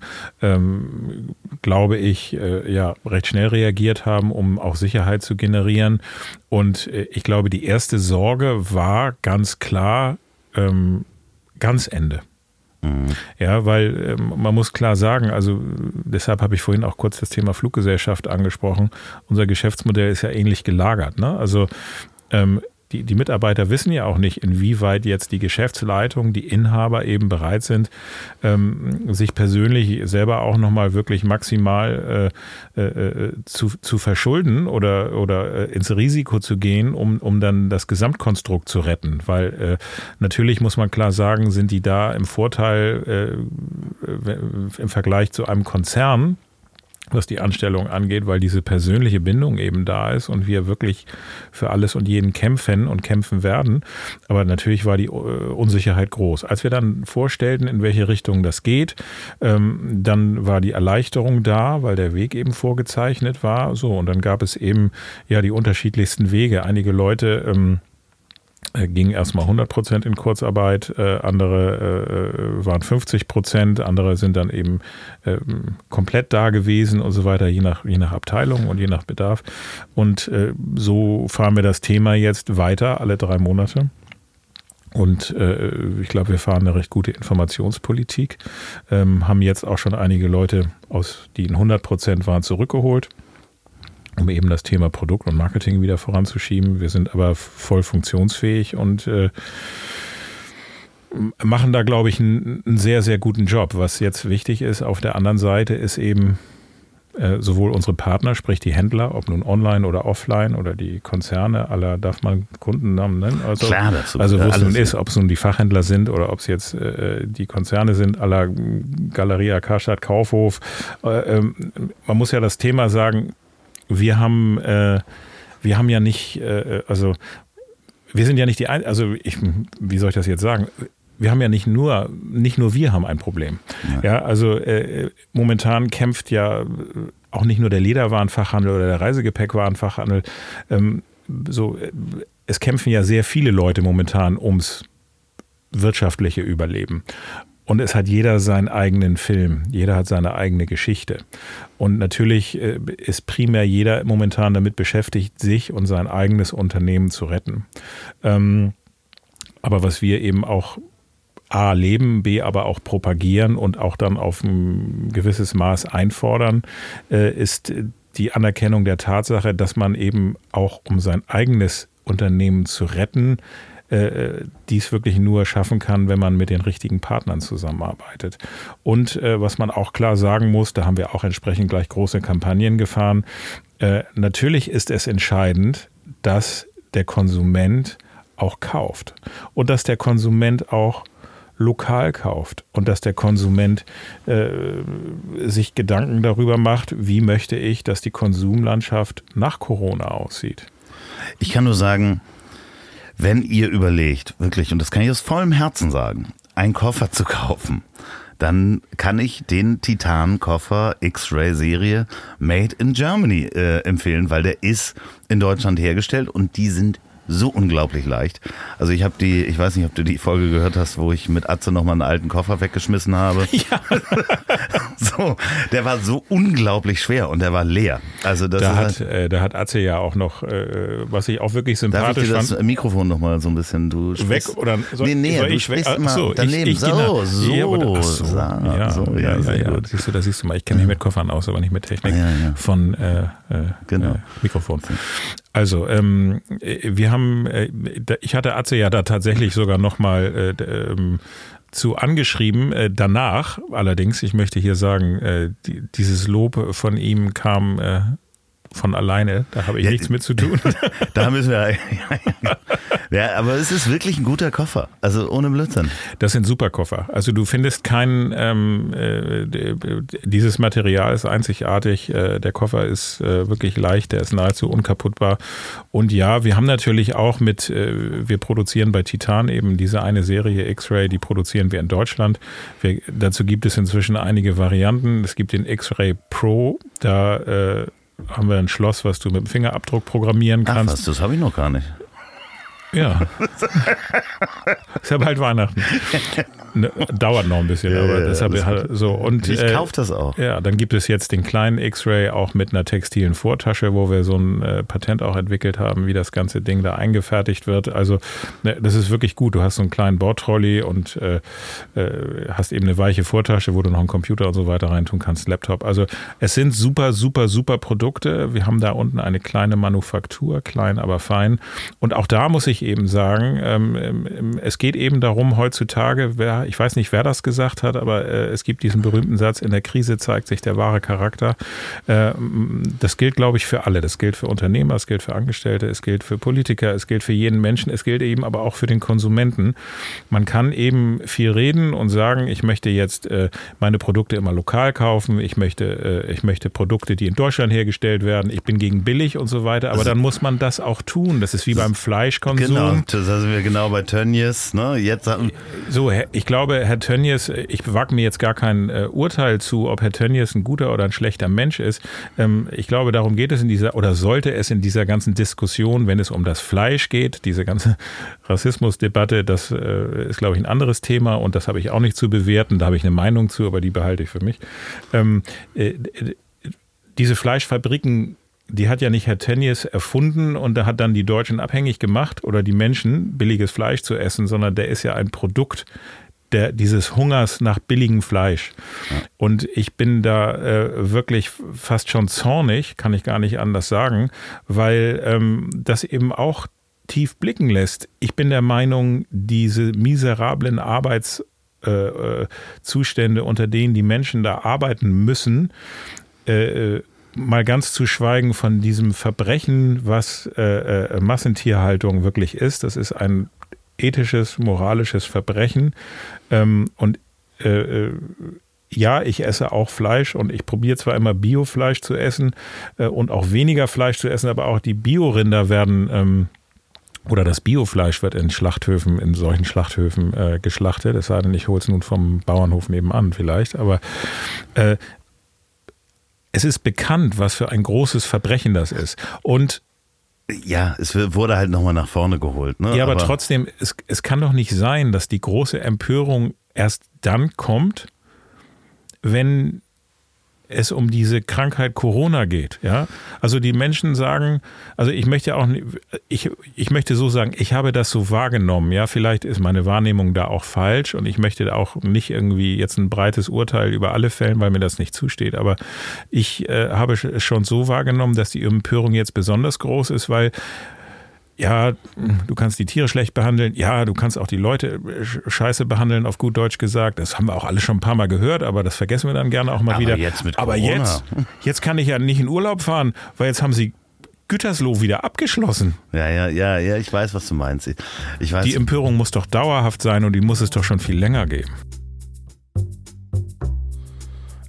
glaube ich, recht schnell reagiert haben, um auch Sicherheit zu generieren. Und ich glaube, die erste Sorge war ganz klar ganz Ende. Mhm. Ja, weil man muss klar sagen, also deshalb habe ich vorhin auch kurz das Thema Fluggesellschaft angesprochen. Unser Geschäftsmodell ist ja ähnlich gelagert, ne? Also die Mitarbeiter wissen ja auch nicht, inwieweit jetzt die Geschäftsleitung, die Inhaber eben bereit sind, sich persönlich selber auch nochmal wirklich maximal zu verschulden oder ins Risiko zu gehen, um dann das Gesamtkonstrukt zu retten. Weil natürlich muss man klar sagen, sind die da im Vorteil im Vergleich zu einem Konzern, was die Anstellung angeht, weil diese persönliche Bindung eben da ist und wir wirklich für alles und jeden kämpfen und kämpfen werden. Aber natürlich war die Unsicherheit groß. Als wir dann vorstellten, in welche Richtung das geht, dann war die Erleichterung da, weil der Weg eben vorgezeichnet war. So, und dann gab es eben ja die unterschiedlichsten Wege. Einige Leute gingen erstmal 100% in Kurzarbeit, andere waren 50%, andere sind dann eben komplett da gewesen und so weiter, je nach Abteilung und je nach Bedarf. Und so fahren wir das Thema jetzt weiter, alle 3 Monate. Und ich glaube, wir fahren eine recht gute Informationspolitik, haben jetzt auch schon einige Leute, die in 100% waren, zurückgeholt, um eben das Thema Produkt und Marketing wieder voranzuschieben. Wir sind aber voll funktionsfähig und machen da, glaube ich, einen sehr, sehr guten Job. Was jetzt wichtig ist, auf der anderen Seite ist eben sowohl unsere Partner, sprich die Händler, ob nun online oder offline oder die Konzerne, aller darf man Kundennamen nennen. Also, klar, das also wo es nun ist, ob es nun die Fachhändler sind oder ob es jetzt die Konzerne sind, aller Galeria, Karstadt, Kaufhof. Man muss ja das Thema sagen, wir haben ja nicht, also wir sind ja nicht wie soll ich das jetzt sagen? Wir haben ja nicht nur wir haben ein Problem. Ja, also momentan kämpft ja auch nicht nur der Lederwarenfachhandel oder der Reisegepäckwarenfachhandel. Es kämpfen ja sehr viele Leute momentan ums wirtschaftliche Überleben. Und es hat jeder seinen eigenen Film, jeder hat seine eigene Geschichte. Und natürlich ist primär jeder momentan damit beschäftigt, sich und sein eigenes Unternehmen zu retten. Aber was wir eben auch A, leben, B, aber auch propagieren und auch dann auf ein gewisses Maß einfordern, ist die Anerkennung der Tatsache, dass man eben auch, um sein eigenes Unternehmen zu retten, dies wirklich nur schaffen kann, wenn man mit den richtigen Partnern zusammenarbeitet. Und was man auch klar sagen muss, da haben wir auch entsprechend gleich große Kampagnen gefahren, natürlich ist es entscheidend, dass der Konsument auch kauft und dass der Konsument auch lokal kauft und dass der Konsument sich Gedanken darüber macht, wie möchte ich, dass die Konsumlandschaft nach Corona aussieht. Ich kann nur sagen, wenn ihr überlegt, wirklich, und das kann ich aus vollem Herzen sagen, einen Koffer zu kaufen, dann kann ich den Titan-Koffer X-Ray-Serie Made in Germany empfehlen, weil der ist in Deutschland hergestellt und die sind so unglaublich leicht. Also ich weiß nicht, ob du die Folge gehört hast, wo ich mit Atze nochmal einen alten Koffer weggeschmissen habe. Ja. So, der war so unglaublich schwer und der war leer. Also da hat Atze ja auch noch, was ich auch wirklich sympathisch fand. Darf ich dir das Mikrofon nochmal so ein bisschen, du weg oder soll ich weg? Achso, daneben. So. Da siehst du mal, ich kenne mich mit Koffern aus, aber nicht mit Technik von Mikrofon. Also, ich hatte Atze ja da tatsächlich sogar nochmal zu angeschrieben. Danach allerdings, ich möchte hier sagen, dieses Lob von ihm kam von alleine, da habe ich nichts mit zu tun. Da müssen wir. Ja, aber es ist wirklich ein guter Koffer, also ohne Blödsinn. Das sind super Koffer. Also du findest dieses Material ist einzigartig, der Koffer ist wirklich leicht, der ist nahezu unkaputtbar. Und ja, wir haben natürlich auch wir produzieren bei Titan eben diese eine Serie X-Ray, die produzieren wir in Deutschland. Dazu gibt es inzwischen einige Varianten. Es gibt den X-Ray Pro, da haben wir ein Schloss, was du mit dem Fingerabdruck programmieren kannst. Ach was, das habe ich noch gar nicht. Ja. Ist ja bald Weihnachten. Dauert noch ein bisschen, aber deshalb so. Und ich kaufe das auch. Ja, dann gibt es jetzt den kleinen X-Ray auch mit einer textilen Vortasche, wo wir so ein Patent auch entwickelt haben, wie das ganze Ding da eingefertigt wird. Also das ist wirklich gut. Du hast so einen kleinen Bordtrolley und hast eben eine weiche Vortasche, wo du noch einen Computer und so weiter reintun kannst, Laptop. Also es sind super, super, super Produkte. Wir haben da unten eine kleine Manufaktur, klein, aber fein. Und auch da muss ich eben sagen, es geht eben darum, heutzutage, ich weiß nicht, wer das gesagt hat, aber es gibt diesen berühmten Satz, in der Krise zeigt sich der wahre Charakter. Das gilt, glaube ich, für alle. Das gilt für Unternehmer, es gilt für Angestellte, es gilt für Politiker, es gilt für jeden Menschen, es gilt eben aber auch für den Konsumenten. Man kann eben viel reden und sagen, ich möchte jetzt meine Produkte immer lokal kaufen, ich möchte Produkte, die in Deutschland hergestellt werden, ich bin gegen billig und so weiter, aber dann muss man das auch tun. Das ist wie beim Fleischkonsum. Genau, das sind wir genau bei Tönnies. Ne? Ich glaube, Herr Tönnies, ich wage mir jetzt gar kein Urteil zu, ob Herr Tönnies ein guter oder ein schlechter Mensch ist. Ich glaube, darum geht es sollte es in dieser ganzen Diskussion, wenn es um das Fleisch geht, diese ganze Rassismusdebatte, das ist, glaube ich, ein anderes Thema und das habe ich auch nicht zu bewerten. Da habe ich eine Meinung zu, aber die behalte ich für mich. Diese Fleischfabriken, die hat ja nicht Herr Tönnies erfunden und der hat dann die Deutschen abhängig gemacht oder die Menschen, billiges Fleisch zu essen, sondern der ist ja ein Produkt dieses Hungers nach billigem Fleisch. Ja. Und ich bin da wirklich fast schon zornig, kann ich gar nicht anders sagen, weil das eben auch tief blicken lässt. Ich bin der Meinung, diese miserablen Arbeitszustände, unter denen die Menschen da arbeiten müssen, mal ganz zu schweigen von diesem Verbrechen, was Massentierhaltung wirklich ist. Das ist ein ethisches, moralisches Verbrechen. Und ja, ich esse auch Fleisch und ich probiere zwar immer Biofleisch zu essen und auch weniger Fleisch zu essen, aber auch die Biorinder werden oder das Biofleisch wird in solchen Schlachthöfen geschlachtet. Es sei denn, ich hole es nun vom Bauernhof nebenan vielleicht, aber es ist bekannt, was für ein großes Verbrechen das ist. Und ja, es wurde halt nochmal nach vorne geholt. Ne? Ja, aber trotzdem, es kann doch nicht sein, dass die große Empörung erst dann kommt, wenn es um diese Krankheit Corona geht. Ja? Also die Menschen sagen, also ich möchte so sagen, ich habe das so wahrgenommen. Ja, vielleicht ist meine Wahrnehmung da auch falsch und ich möchte auch nicht irgendwie jetzt ein breites Urteil über alle fällen, weil mir das nicht zusteht. Aber ich habe es schon so wahrgenommen, dass die Empörung jetzt besonders groß ist, weil ja, du kannst die Tiere schlecht behandeln. Ja, du kannst auch die Leute scheiße behandeln, auf gut Deutsch gesagt. Das haben wir auch alle schon ein paar Mal gehört, aber das vergessen wir dann gerne auch mal wieder. Aber jetzt kann ich ja nicht in Urlaub fahren, weil jetzt haben sie Gütersloh wieder abgeschlossen. Ja, ich weiß, was du meinst. Ich weiß. Die Empörung muss doch dauerhaft sein und die muss es doch schon viel länger geben.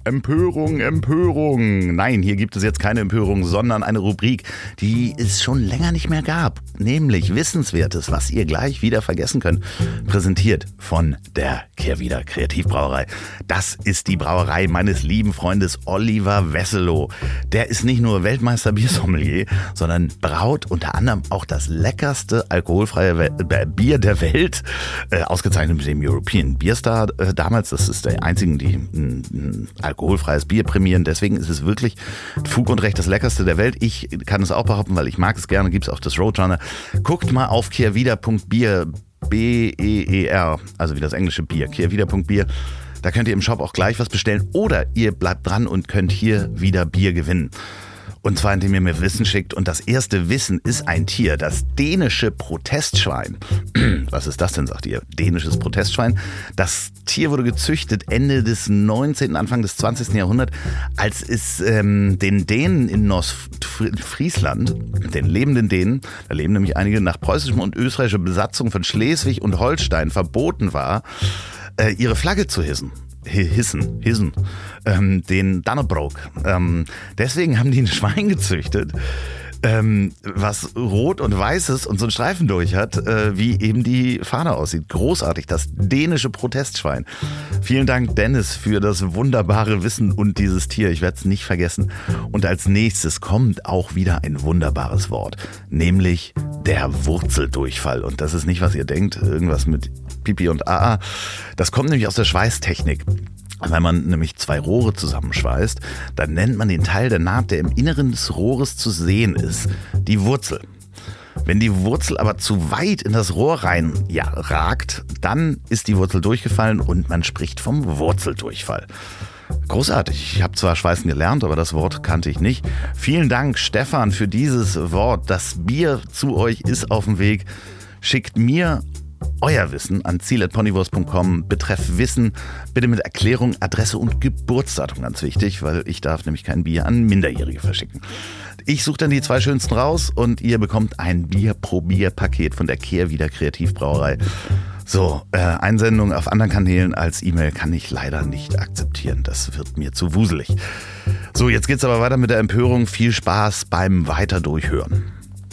Empörung, Empörung. Nein, hier gibt es jetzt keine Empörung, sondern eine Rubrik, die es schon länger nicht mehr gab. Nämlich Wissenswertes, was ihr gleich wieder vergessen könnt. Präsentiert von der Kehrwieder Kreativbrauerei. Das ist die Brauerei meines lieben Freundes Oliver Wesselow. Der ist nicht nur Weltmeister Biersommelier, sondern braut unter anderem auch das leckerste alkoholfreie Bier der Welt. Ausgezeichnet mit dem European Beer Star damals. Das ist der einzigen, die ein alkoholfreies Bier prämieren. Deswegen ist es wirklich Fug und Recht das leckerste der Welt. Ich kann es auch behaupten, weil ich mag es gerne. Gibt es auch das Roadrunner. Guckt mal auf kehrwieder.bier, B-E-E-R, also wie das englische Bier, kehrwieder.bier. Da könnt ihr im Shop auch gleich was bestellen oder ihr bleibt dran und könnt hier wieder Bier gewinnen. Und zwar, indem ihr mir Wissen schickt. Und das erste Wissen ist ein Tier, das dänische Protestschwein. Was ist das denn, sagt ihr? Dänisches Protestschwein. Das Tier wurde gezüchtet Ende des 19., Anfang des 20. Jahrhunderts, als es den Dänen in Nordfriesland, den lebenden Dänen, da leben nämlich einige, nach preußischer und österreichischer Besatzung von Schleswig und Holstein verboten war, ihre Flagge zu hissen, den Dannebrog. Deswegen haben die ein Schwein gezüchtet, was rot und weiß ist und so einen Streifen durch hat, wie eben die Fahne aussieht. Großartig, das dänische Protestschwein. Vielen Dank, Dennis, für das wunderbare Wissen und dieses Tier. Ich werde es nicht vergessen. Und als nächstes kommt auch wieder ein wunderbares Wort, nämlich der Wurzeldurchfall. Und das ist nicht, was ihr denkt, irgendwas mit Pipi und AA. Das kommt nämlich aus der Schweißtechnik. Wenn man nämlich zwei Rohre zusammenschweißt, dann nennt man den Teil der Naht, der im Inneren des Rohres zu sehen ist, die Wurzel. Wenn die Wurzel aber zu weit in das Rohr rein ragt, dann ist die Wurzel durchgefallen und man spricht vom Wurzeldurchfall. Großartig. Ich habe zwar Schweißen gelernt, aber das Wort kannte ich nicht. Vielen Dank, Stefan, für dieses Wort. Das Bier zu euch ist auf dem Weg. Schickt mir euer Wissen an ziel@ponywurst.com. Betreff Wissen, bitte mit Erklärung, Adresse und Geburtsdatum, ganz wichtig, weil ich darf nämlich kein Bier an Minderjährige verschicken. Ich suche dann die 2 schönsten raus und ihr bekommt ein Bier-Probier-Paket von der Kehrwieder Kreativbrauerei. So, Einsendungen auf anderen Kanälen als E-Mail kann ich leider nicht akzeptieren. Das wird mir zu wuselig. So, jetzt geht's aber weiter mit der Empörung. Viel Spaß beim Weiter-Durchhören.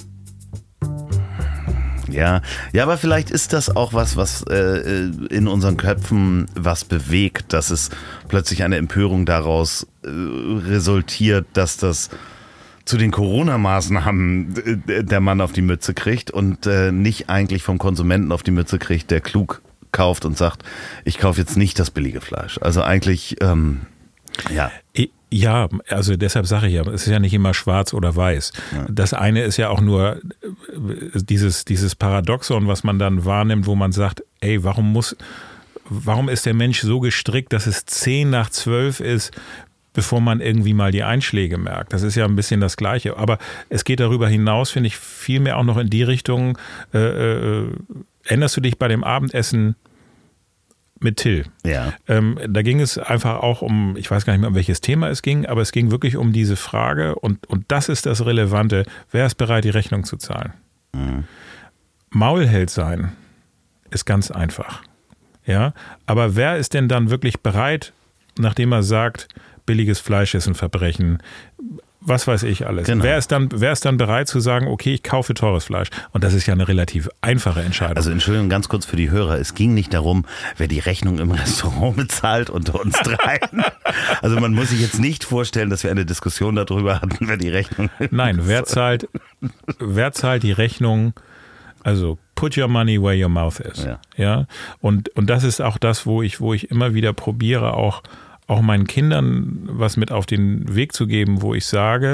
Ja, aber vielleicht ist das auch was in unseren Köpfen was bewegt, dass es plötzlich eine Empörung daraus resultiert, dass das zu den Corona-Maßnahmen der Mann auf die Mütze kriegt und nicht eigentlich vom Konsumenten auf die Mütze kriegt, der klug kauft und sagt, ich kaufe jetzt nicht das billige Fleisch. Also eigentlich, ja. Ja, also deshalb sage ich ja, es ist ja nicht immer schwarz oder weiß. Ja. Das eine ist ja auch nur dieses Paradoxon, was man dann wahrnimmt, wo man sagt, ey, warum ist der Mensch so gestrickt, dass es 10:12 ist, bevor man irgendwie mal die Einschläge merkt. Das ist ja ein bisschen das Gleiche. Aber es geht darüber hinaus, finde ich, vielmehr auch noch in die Richtung, erinnerst du dich bei dem Abendessen mit Till? Ja. Da ging es einfach auch um, ich weiß gar nicht mehr, um welches Thema es ging, aber es ging wirklich um diese Frage und das ist das Relevante, wer ist bereit, die Rechnung zu zahlen? Mhm. Maulheld sein ist ganz einfach. Ja? Aber wer ist denn dann wirklich bereit, nachdem er sagt, billiges Fleisch ist ein Verbrechen, was weiß ich alles. Genau. Wer ist dann bereit zu sagen, okay, ich kaufe teures Fleisch? Und das ist ja eine relativ einfache Entscheidung. Also Entschuldigung, ganz kurz für die Hörer. Es ging nicht darum, wer die Rechnung im Restaurant bezahlt unter uns dreien. Also man muss sich jetzt nicht vorstellen, dass wir eine Diskussion darüber hatten, wer die Rechnung... Nein, wer zahlt die Rechnung? Also put your money where your mouth is. Ja? Und das ist auch das, wo ich immer wieder probiere, auch meinen Kindern was mit auf den Weg zu geben, wo ich sage,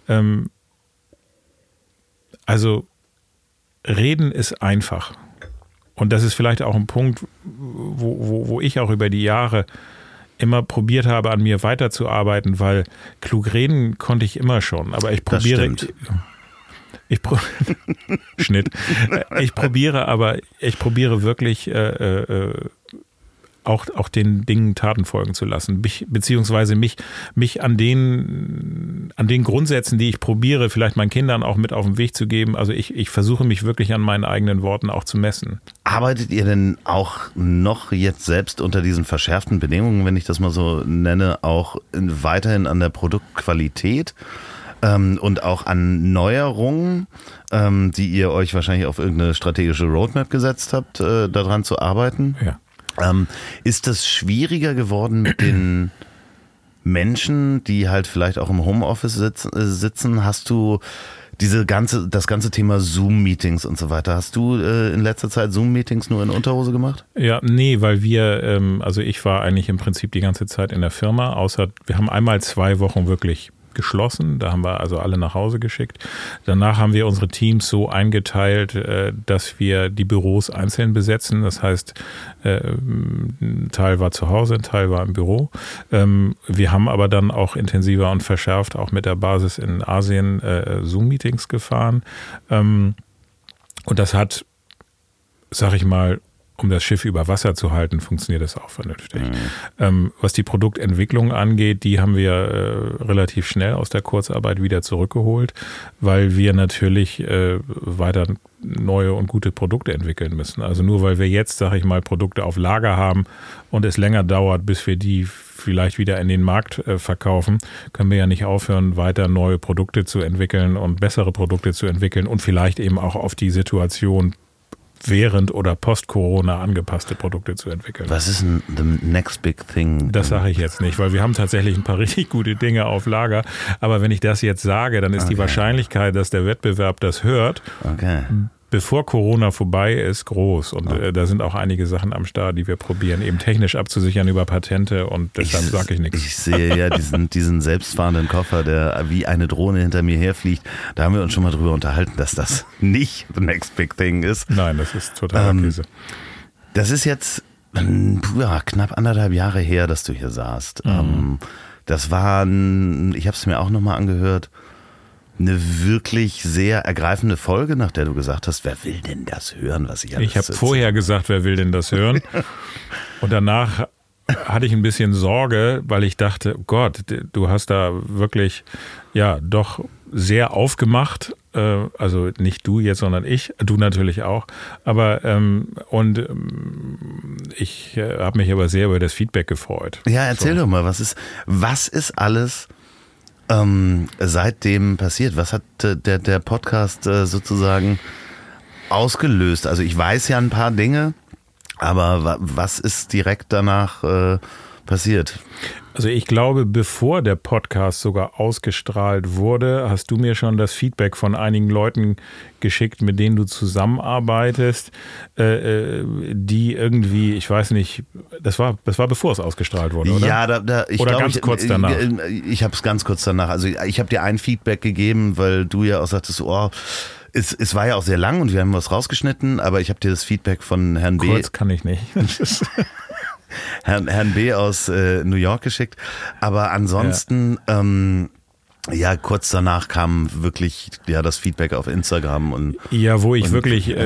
also reden ist einfach. Und das ist vielleicht auch ein Punkt, wo ich auch über die Jahre immer probiert habe, an mir weiterzuarbeiten, weil klug reden konnte ich immer schon. Aber ich probiere... Schnitt. Ich probiere wirklich... Auch den Dingen Taten folgen zu lassen, beziehungsweise mich an den an den Grundsätzen, die ich probiere, vielleicht meinen Kindern auch mit auf den Weg zu geben. Also ich versuche mich wirklich an meinen eigenen Worten auch zu messen. Arbeitet ihr denn auch noch jetzt selbst unter diesen verschärften Bedingungen, wenn ich das mal so nenne, auch weiterhin an der Produktqualität und auch an Neuerungen, die ihr euch wahrscheinlich auf irgendeine strategische Roadmap gesetzt habt, daran zu arbeiten? Ja. Ist das schwieriger geworden mit den Menschen, die halt vielleicht auch im Homeoffice sitzen? Hast du das ganze Thema Zoom-Meetings und so weiter, hast du in letzter Zeit Zoom-Meetings nur in Unterhose gemacht? Ja, nee, weil also ich war eigentlich im Prinzip die ganze Zeit in der Firma, außer wir haben einmal 2 Wochen wirklich geschlossen, da haben wir also alle nach Hause geschickt. Danach haben wir unsere Teams so eingeteilt, dass wir die Büros einzeln besetzen. Das heißt, ein Teil war zu Hause, ein Teil war im Büro. Wir haben aber dann auch intensiver und verschärft auch mit der Basis in Asien Zoom-Meetings gefahren. Und das hat, sag ich mal, um das Schiff über Wasser zu halten, funktioniert das auch vernünftig. Was die Produktentwicklung angeht, die haben wir relativ schnell aus der Kurzarbeit wieder zurückgeholt, weil wir natürlich weiter neue und gute Produkte entwickeln müssen. Also nur weil wir jetzt, sage ich mal, Produkte auf Lager haben und es länger dauert, bis wir die vielleicht wieder in den Markt verkaufen, können wir ja nicht aufhören, weiter neue Produkte zu entwickeln und bessere Produkte zu entwickeln und vielleicht eben auch auf die Situation während oder post-Corona angepasste Produkte zu entwickeln. Was ist denn the next big thing? Das sage ich jetzt nicht, weil wir haben tatsächlich ein paar richtig gute Dinge auf Lager. Aber wenn ich das jetzt sage, dann ist die Wahrscheinlichkeit, dass der Wettbewerb das hört, bevor Corona vorbei ist, groß. Und da sind auch einige Sachen am Start, die wir probieren, eben technisch abzusichern über Patente. Und deshalb sage ich nichts. Ich sehe ja diesen selbstfahrenden Koffer, der wie eine Drohne hinter mir herfliegt. Da haben wir uns schon mal drüber unterhalten, dass das nicht the next big thing ist. Nein, das ist totaler Käse. Das ist jetzt knapp 1,5 Jahre her, dass du hier saßt. Das war, ich habe es mir auch nochmal angehört, eine wirklich sehr ergreifende Folge, nach der du gesagt hast, wer will denn das hören, was ich alles Ich habe vorher gesagt, wer will denn das hören? Und danach hatte ich ein bisschen Sorge, weil ich dachte, oh Gott, du hast da wirklich ja doch sehr aufgemacht. Also nicht du jetzt, sondern ich, du natürlich auch. Aber ich habe mich aber sehr über das Feedback gefreut. Ja, erzähl doch mal, was ist alles seitdem passiert? Was hat der Podcast sozusagen ausgelöst? Also ich weiß ja ein paar Dinge, aber was ist direkt danach passiert? Also ich glaube, bevor der Podcast sogar ausgestrahlt wurde, hast du mir schon das Feedback von einigen Leuten geschickt, mit denen du zusammenarbeitest, die irgendwie, ich weiß nicht, das war bevor es ausgestrahlt wurde, oder? Ja, kurz danach. Ich habe es ganz kurz danach. Also ich habe dir ein Feedback gegeben, weil du ja auch sagtest, es war ja auch sehr lang und wir haben was rausgeschnitten, aber ich habe dir das Feedback von Herrn B. Kurz kann ich nicht. Herrn B. aus New York geschickt. Aber ansonsten, kurz danach kam wirklich das Feedback auf Instagram und wo ich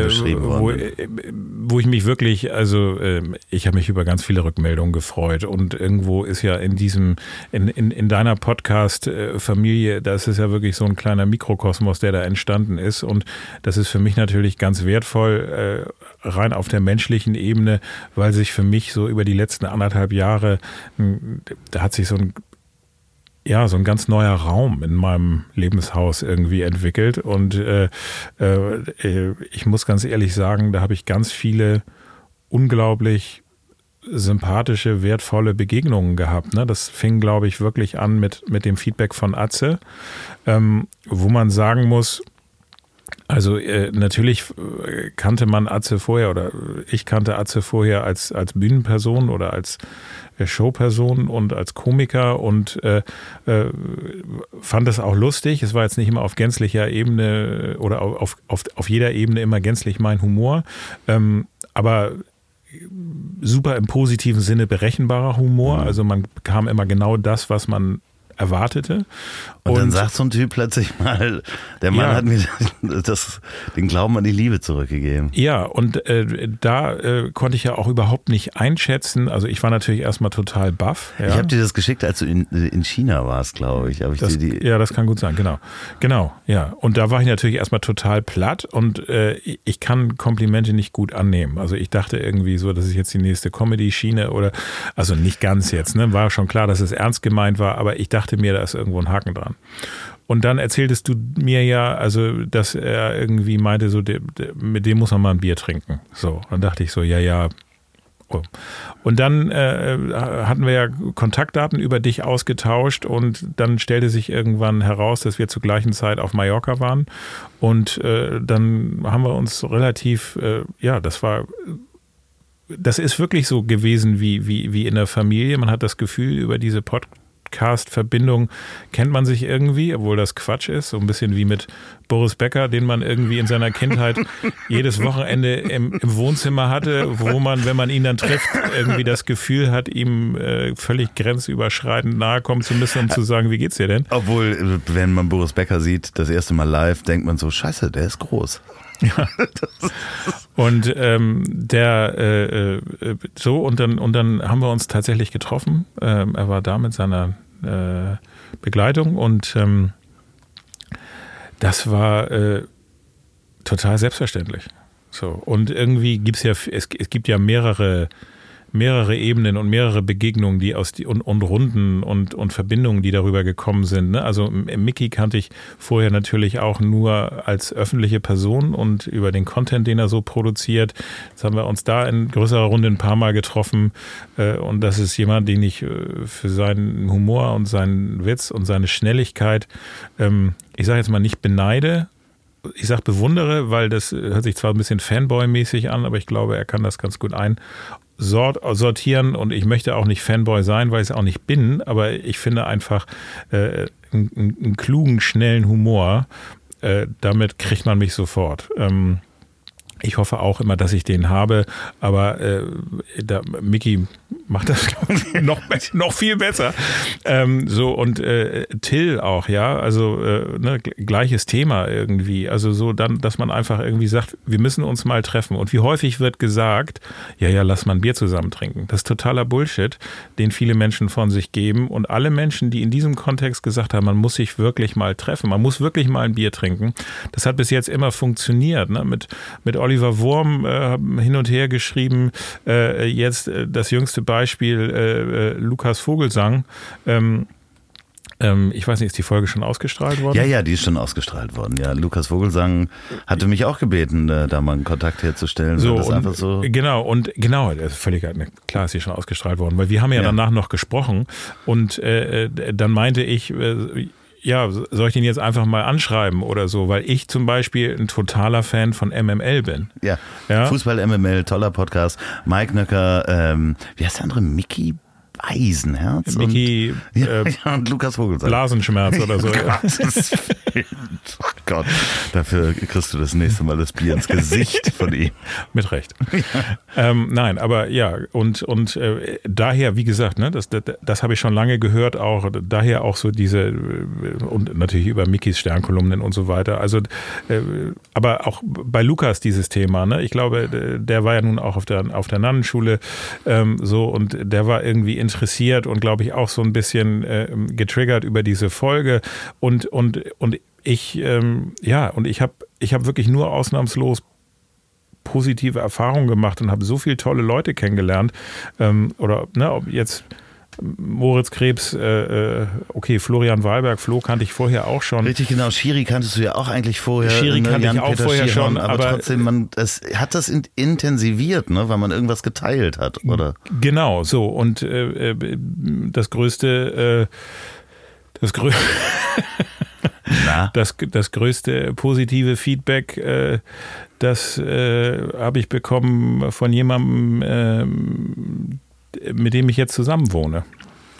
mich wirklich, also ich habe mich über ganz viele Rückmeldungen gefreut und irgendwo ist ja in deiner Podcast-Familie, da ist es ja wirklich so ein kleiner Mikrokosmos, der da entstanden ist und das ist für mich natürlich ganz wertvoll, rein auf der menschlichen Ebene, weil sich für mich so über die letzten 1,5 Jahre, da hat sich so ein ganz neuer Raum in meinem Lebenshaus irgendwie entwickelt und ich muss ganz ehrlich sagen, da habe ich ganz viele unglaublich sympathische, wertvolle Begegnungen gehabt. Ne? Das fing, glaube ich, wirklich an mit dem Feedback von Atze, wo man sagen muss, also natürlich kannte man Atze vorher oder ich kannte Atze vorher als Bühnenperson oder als Showperson und als Komiker und fand das auch lustig. Es war jetzt nicht immer auf gänzlicher Ebene oder auf jeder Ebene immer gänzlich mein Humor, aber super im positiven Sinne berechenbarer Humor. Also man bekam immer genau das, was man erwartete. Und dann sagt so ein Typ plötzlich mal, der Mann hat mir den Glauben an die Liebe zurückgegeben. Ja, und da konnte ich ja auch überhaupt nicht einschätzen. Also ich war natürlich erstmal total baff. Ja. Ich habe dir das geschickt, als du in China warst, glaube ich. Ja, das kann gut sein, genau, ja. Und da war ich natürlich erstmal total platt und ich kann Komplimente nicht gut annehmen. Also ich dachte irgendwie so, das ist jetzt die nächste Comedy-Schiene oder, also nicht ganz jetzt, ne? War schon klar, dass es ernst gemeint war, aber ich dachte mir, da ist irgendwo ein Haken dran. Und dann erzähltest du mir ja, also, dass er irgendwie meinte, so, mit dem muss man mal ein Bier trinken. So, dann dachte ich so, ja. Oh. Und dann hatten wir ja Kontaktdaten über dich ausgetauscht und dann stellte sich irgendwann heraus, dass wir zur gleichen Zeit auf Mallorca waren. Und dann haben wir uns relativ, das ist wirklich so gewesen wie in der Familie. Man hat das Gefühl, über diese Podcast-Verbindung kennt man sich irgendwie, obwohl das Quatsch ist. So ein bisschen wie mit Boris Becker, den man irgendwie in seiner Kindheit jedes Wochenende im Wohnzimmer hatte, wo man, wenn man ihn dann trifft, irgendwie das Gefühl hat, ihm völlig grenzüberschreitend nahe kommen zu müssen, um zu sagen, wie geht's dir denn? Obwohl, wenn man Boris Becker sieht, das erste Mal live, denkt man so, scheiße, der ist groß. Ja. Und dann haben wir uns tatsächlich getroffen. Er war da mit seiner Begleitung und das war total selbstverständlich. So. Und irgendwie gibt es gibt ja mehrere Ebenen und mehrere Begegnungen, die und Runden und Verbindungen, die darüber gekommen sind. Ne? Also Micky kannte ich vorher natürlich auch nur als öffentliche Person und über den Content, den er so produziert. Jetzt haben wir uns da in größerer Runde ein paar Mal getroffen und das ist jemand, den ich für seinen Humor und seinen Witz und seine Schnelligkeit, ich sage jetzt mal nicht beneide, ich sage bewundere, weil das hört sich zwar ein bisschen Fanboy-mäßig an, aber ich glaube, er kann das ganz gut sortieren und ich möchte auch nicht Fanboy sein, weil ich es auch nicht bin, aber ich finde einfach einen klugen, schnellen Humor, damit kriegt man mich sofort. Ich hoffe auch immer, dass ich den habe, aber Micky macht das noch viel besser. Und Till auch, ja, also gleiches Thema irgendwie. Also so dann, dass man einfach irgendwie sagt, wir müssen uns mal treffen. Und wie häufig wird gesagt, ja, lass mal ein Bier zusammen trinken. Das ist totaler Bullshit, den viele Menschen von sich geben. Und alle Menschen, die in diesem Kontext gesagt haben, man muss sich wirklich mal treffen, man muss wirklich mal ein Bier trinken, das hat bis jetzt immer funktioniert. Ne? Mit Oliver Wurm hin und her geschrieben, jetzt das jüngste Beispiel, Lukas Vogelsang. Ich weiß nicht, ist die Folge schon ausgestrahlt worden? Ja, die ist schon ausgestrahlt worden. Ja, Lukas Vogelsang hatte mich auch gebeten, da mal einen Kontakt herzustellen. So, das einfach so genau, das ist völlig klar, ist sie schon ausgestrahlt worden, weil wir haben ja danach noch gesprochen und dann meinte ich, ja, soll ich den jetzt einfach mal anschreiben oder so, weil ich zum Beispiel ein totaler Fan von MML bin. Ja. Fußball MML, toller Podcast. Mike Nöcker, wie heißt der andere? Micky Eisenherz Micky und Lukas Vogelsang. Blasenschmerz oder so. Oh Gott, dafür kriegst du das nächste Mal das Bier ins Gesicht von ihm. Mit Recht. Nein, aber ja, und daher, wie gesagt, ne, das habe ich schon lange gehört, auch daher auch so diese, und natürlich über Mickys Sternkolumnen und so weiter. Also, aber auch bei Lukas dieses Thema, ne? Ich glaube, der war ja nun auch auf der Nannenschule so und der war irgendwie interessiert und glaube ich auch so ein bisschen getriggert über diese Folge und ich habe wirklich nur ausnahmslos positive Erfahrungen gemacht und habe so viele tolle Leute kennengelernt ob jetzt Moritz Krebs, Florian Wahlberg, Flo kannte ich vorher auch schon. Richtig, genau. Schiri kanntest du ja auch eigentlich vorher. Schiri kannte ich auch vorher schon. Aber trotzdem, es hat das intensiviert, ne, weil man irgendwas geteilt hat, oder? Genau, so. Und das größte positive Feedback, das habe ich bekommen von jemandem, mit dem ich jetzt zusammen wohne.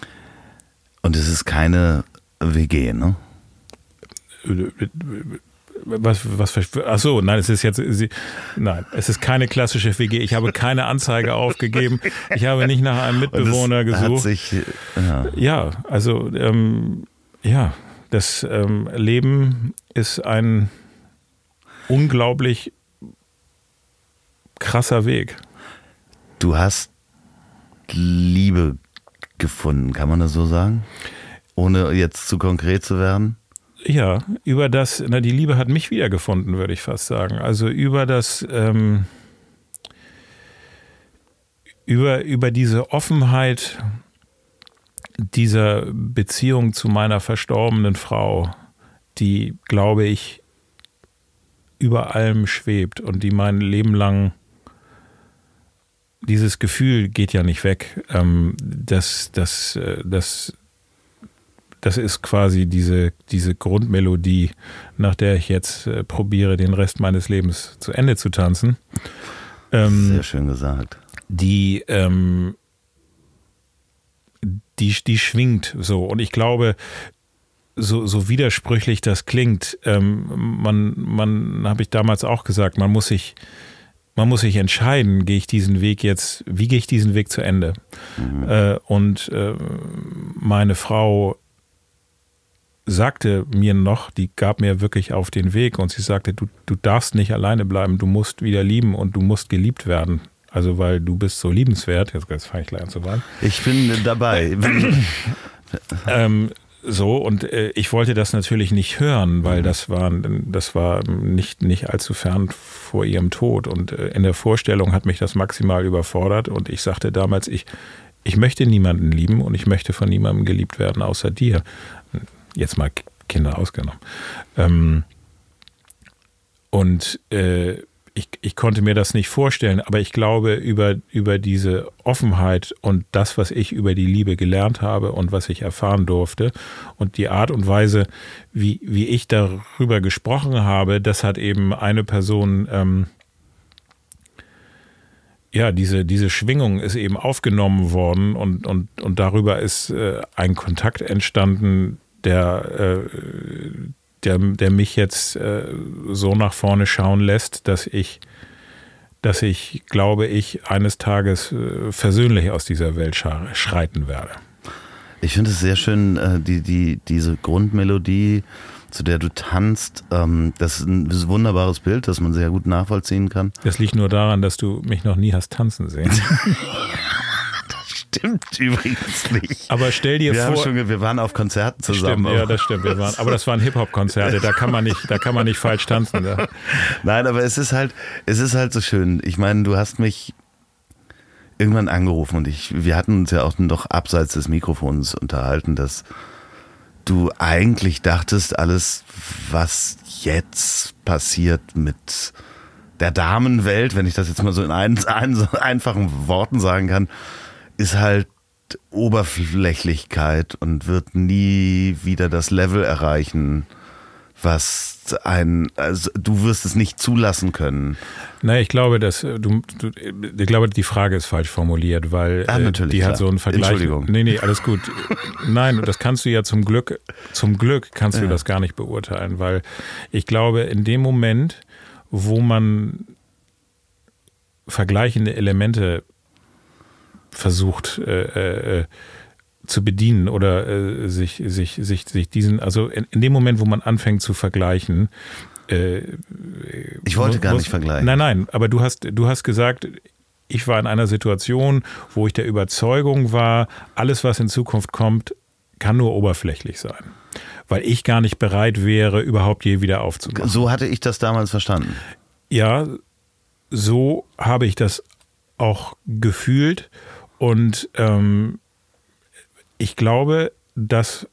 Und es ist keine WG, ne? ach so, nein, es ist keine klassische WG. Ich habe keine Anzeige aufgegeben. Ich habe nicht nach einem Mitbewohner gesucht. Das Leben ist ein unglaublich krasser Weg. Du hast Liebe gefunden, kann man das so sagen? Ohne jetzt zu konkret zu werden? Ja, die Liebe hat mich wiedergefunden, würde ich fast sagen. Also über diese Offenheit dieser Beziehung zu meiner verstorbenen Frau, die, glaube ich, über allem schwebt und die mein Leben lang, dieses Gefühl geht ja nicht weg. Das ist quasi diese Grundmelodie, nach der ich jetzt probiere, den Rest meines Lebens zu Ende zu tanzen. Sehr schön gesagt. Die schwingt so. Und ich glaube, so widersprüchlich das klingt, habe ich damals auch gesagt, man muss sich entscheiden, wie gehe ich diesen Weg zu Ende? Und meine Frau sagte mir noch, die gab mir wirklich auf den Weg und sie sagte, du darfst nicht alleine bleiben, du musst wieder lieben und du musst geliebt werden. Also weil du bist so liebenswert. Jetzt fange ich gleich an zu weinen. Ich bin dabei. Ich wollte das natürlich nicht hören, weil das war nicht allzu fern vor ihrem Tod. Und in der Vorstellung hat mich das maximal überfordert. Und ich sagte damals, ich möchte niemanden lieben und ich möchte von niemandem geliebt werden, außer dir. Jetzt mal Kinder ausgenommen. Ich konnte mir das nicht vorstellen, aber ich glaube, über diese Offenheit und das, was ich über die Liebe gelernt habe und was ich erfahren durfte und die Art und Weise, wie ich darüber gesprochen habe, das hat eben eine Person, diese Schwingung ist eben aufgenommen worden und darüber ist ein Kontakt entstanden, der mich jetzt so nach vorne schauen lässt, dass ich, glaube ich, eines Tages versöhnlich aus dieser Welt schreiten werde. Ich finde es sehr schön, diese Grundmelodie, zu der du tanzt, das ist ein wunderbares Bild, das man sehr gut nachvollziehen kann. Das liegt nur daran, dass du mich noch nie hast tanzen sehen. Stimmt übrigens nicht. Aber stell dir vor... wir waren auf Konzerten zusammen. Stimmt, ja, das stimmt. Aber das waren Hip-Hop-Konzerte, da kann man nicht falsch tanzen. Da. Nein, aber es ist halt so schön. Ich meine, du hast mich irgendwann angerufen und wir hatten uns ja auch noch abseits des Mikrofons unterhalten, dass du eigentlich dachtest, alles, was jetzt passiert mit der Damenwelt, wenn ich das jetzt mal so in einfachen Worten sagen kann, ist halt Oberflächlichkeit und wird nie wieder das Level erreichen, was du wirst es nicht zulassen können. Nein, ich glaube, die Frage ist falsch formuliert, weil die hat so einen Vergleich. Entschuldigung. Nee, alles gut. Nein, das kannst du ja zum Glück kannst du das gar nicht beurteilen, weil ich glaube, in dem Moment, wo man vergleichende Elemente versucht zu bedienen oder sich diesen, also in dem Moment, wo man anfängt zu vergleichen. Ich wollte gar nicht vergleichen. Nein, aber du hast gesagt, ich war in einer Situation, wo ich der Überzeugung war, alles, was in Zukunft kommt, kann nur oberflächlich sein. Weil ich gar nicht bereit wäre, überhaupt je wieder aufzumachen. So hatte ich das damals verstanden. Ja, so habe ich das auch gefühlt. Und ich glaube, dass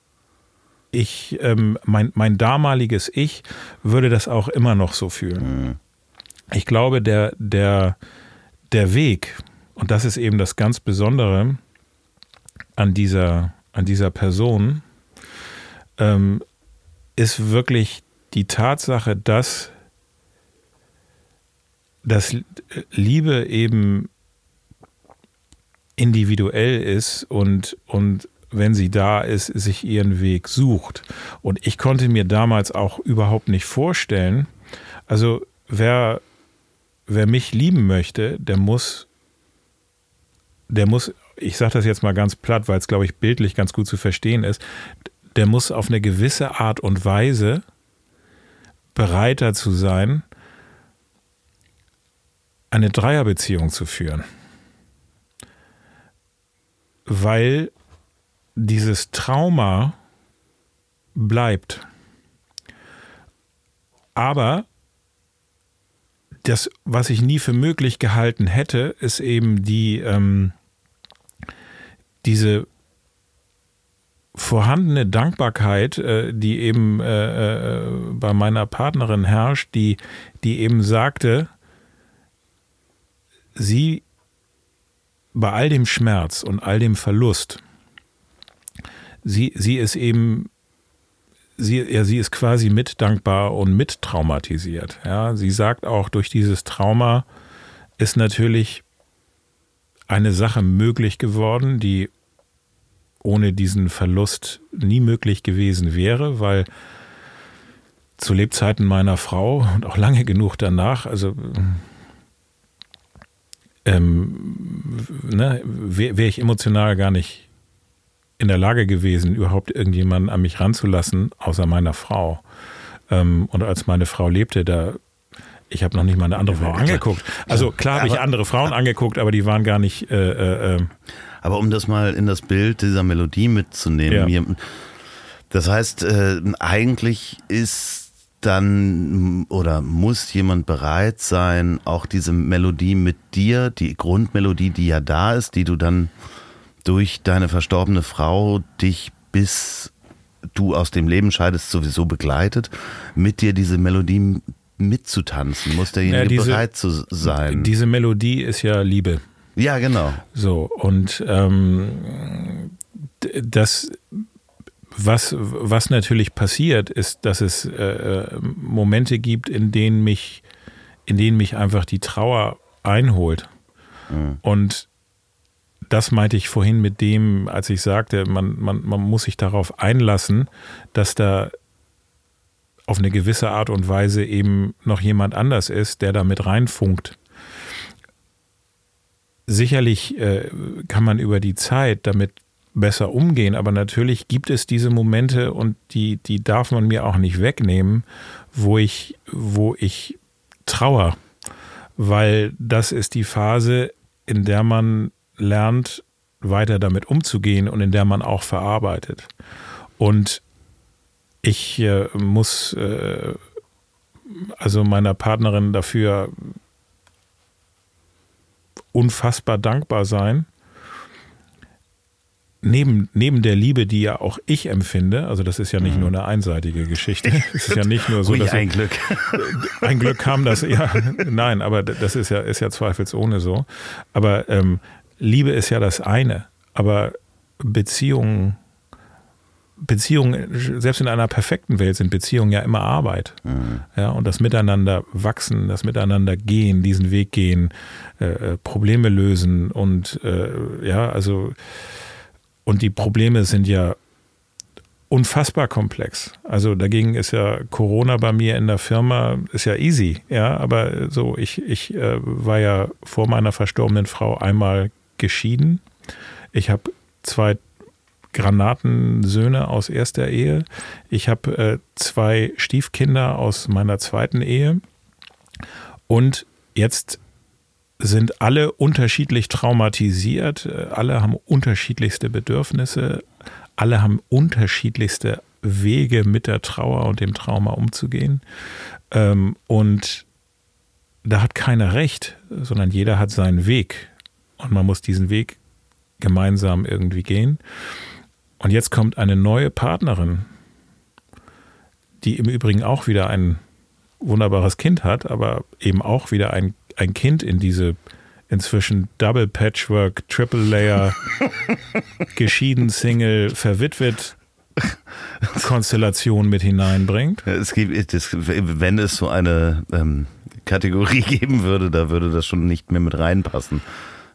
mein damaliges Ich würde das auch immer noch so fühlen. Mhm. Ich glaube, der Weg, und das ist eben das ganz Besondere an dieser Person, ist wirklich die Tatsache, dass Liebe eben individuell ist und wenn sie da ist, sich ihren Weg sucht. Und ich konnte mir damals auch überhaupt nicht vorstellen, also wer mich lieben möchte, der muss, ich sage das jetzt mal ganz platt, weil es, glaube ich, bildlich ganz gut zu verstehen ist, der muss auf eine gewisse Art und Weise bereit dazu sein, eine Dreierbeziehung zu führen. Weil dieses Trauma bleibt. Aber das, was ich nie für möglich gehalten hätte, ist eben diese vorhandene Dankbarkeit, die eben bei meiner Partnerin herrscht, die eben sagte, sie bei all dem Schmerz und all dem Verlust, sie ist eben, sie ist quasi mit dankbar und mit traumatisiert. Ja, sie sagt auch, durch dieses Trauma ist natürlich eine Sache möglich geworden, die ohne diesen Verlust nie möglich gewesen wäre, weil zu Lebzeiten meiner Frau und auch lange genug danach, also wäre ich emotional gar nicht in der Lage gewesen, überhaupt irgendjemanden an mich ranzulassen, außer meiner Frau. Und als meine Frau lebte, ich habe noch nicht mal eine andere Frau angeguckt. Also klar habe ich andere Frauen angeguckt, aber die waren gar nicht... Aber um das mal in das Bild dieser Melodie mitzunehmen, ja. Das heißt, eigentlich ist dann oder muss jemand bereit sein, auch diese Melodie mit dir, die Grundmelodie, die ja da ist, die du dann durch deine verstorbene Frau dich bis du aus dem Leben scheidest sowieso begleitet, mit dir diese Melodie mitzutanzen, muss derjenige bereit zu sein. Diese Melodie ist ja Liebe. Ja, genau. So, und das, was natürlich passiert, ist, dass es Momente gibt, in denen mich einfach die Trauer einholt. Mhm. Und das meinte ich vorhin mit dem, als ich sagte, man muss sich darauf einlassen, dass da auf eine gewisse Art und Weise eben noch jemand anders ist, der da mit reinfunkt. Sicherlich kann man über die Zeit damit besser umgehen, aber natürlich gibt es diese Momente und die darf man mir auch nicht wegnehmen, wo ich trauere, weil das ist die Phase, in der man lernt, weiter damit umzugehen und in der man auch verarbeitet. Und ich muss also meiner Partnerin dafür unfassbar dankbar sein. Neben der Liebe, die ja auch ich empfinde, also das ist ja nicht nur eine einseitige Geschichte. Es ist ja nicht nur so, dass ein Glück. Ein Glück kam das, ja, nein, aber das ist ja zweifelsohne so. Aber Liebe ist ja das eine, aber Beziehungen, selbst in einer perfekten Welt sind Beziehungen ja immer Arbeit. Mhm. Ja, und das Miteinander wachsen, das Miteinander gehen, diesen Weg gehen, Probleme lösen und und die Probleme sind ja unfassbar komplex. Also dagegen ist ja Corona bei mir in der Firma, ist ja easy, ja, aber so, ich war ja vor meiner verstorbenen Frau einmal geschieden. Ich habe 2 Granatensöhne aus erster Ehe. Ich habe 2 Stiefkinder aus meiner zweiten Ehe. Und jetzt sind alle unterschiedlich traumatisiert. Alle haben unterschiedlichste Bedürfnisse. Alle haben unterschiedlichste Wege, mit der Trauer und dem Trauma umzugehen. Und da hat keiner recht, sondern jeder hat seinen Weg. Und man muss diesen Weg gemeinsam irgendwie gehen. Und jetzt kommt eine neue Partnerin, die im Übrigen auch wieder ein wunderbares Kind hat, aber eben auch wieder ein Kind in diese inzwischen Double Patchwork, Triple Layer, geschieden, Single, verwitwet Konstellation mit hineinbringt. Wenn es so eine Kategorie geben würde, da würde das schon nicht mehr mit reinpassen.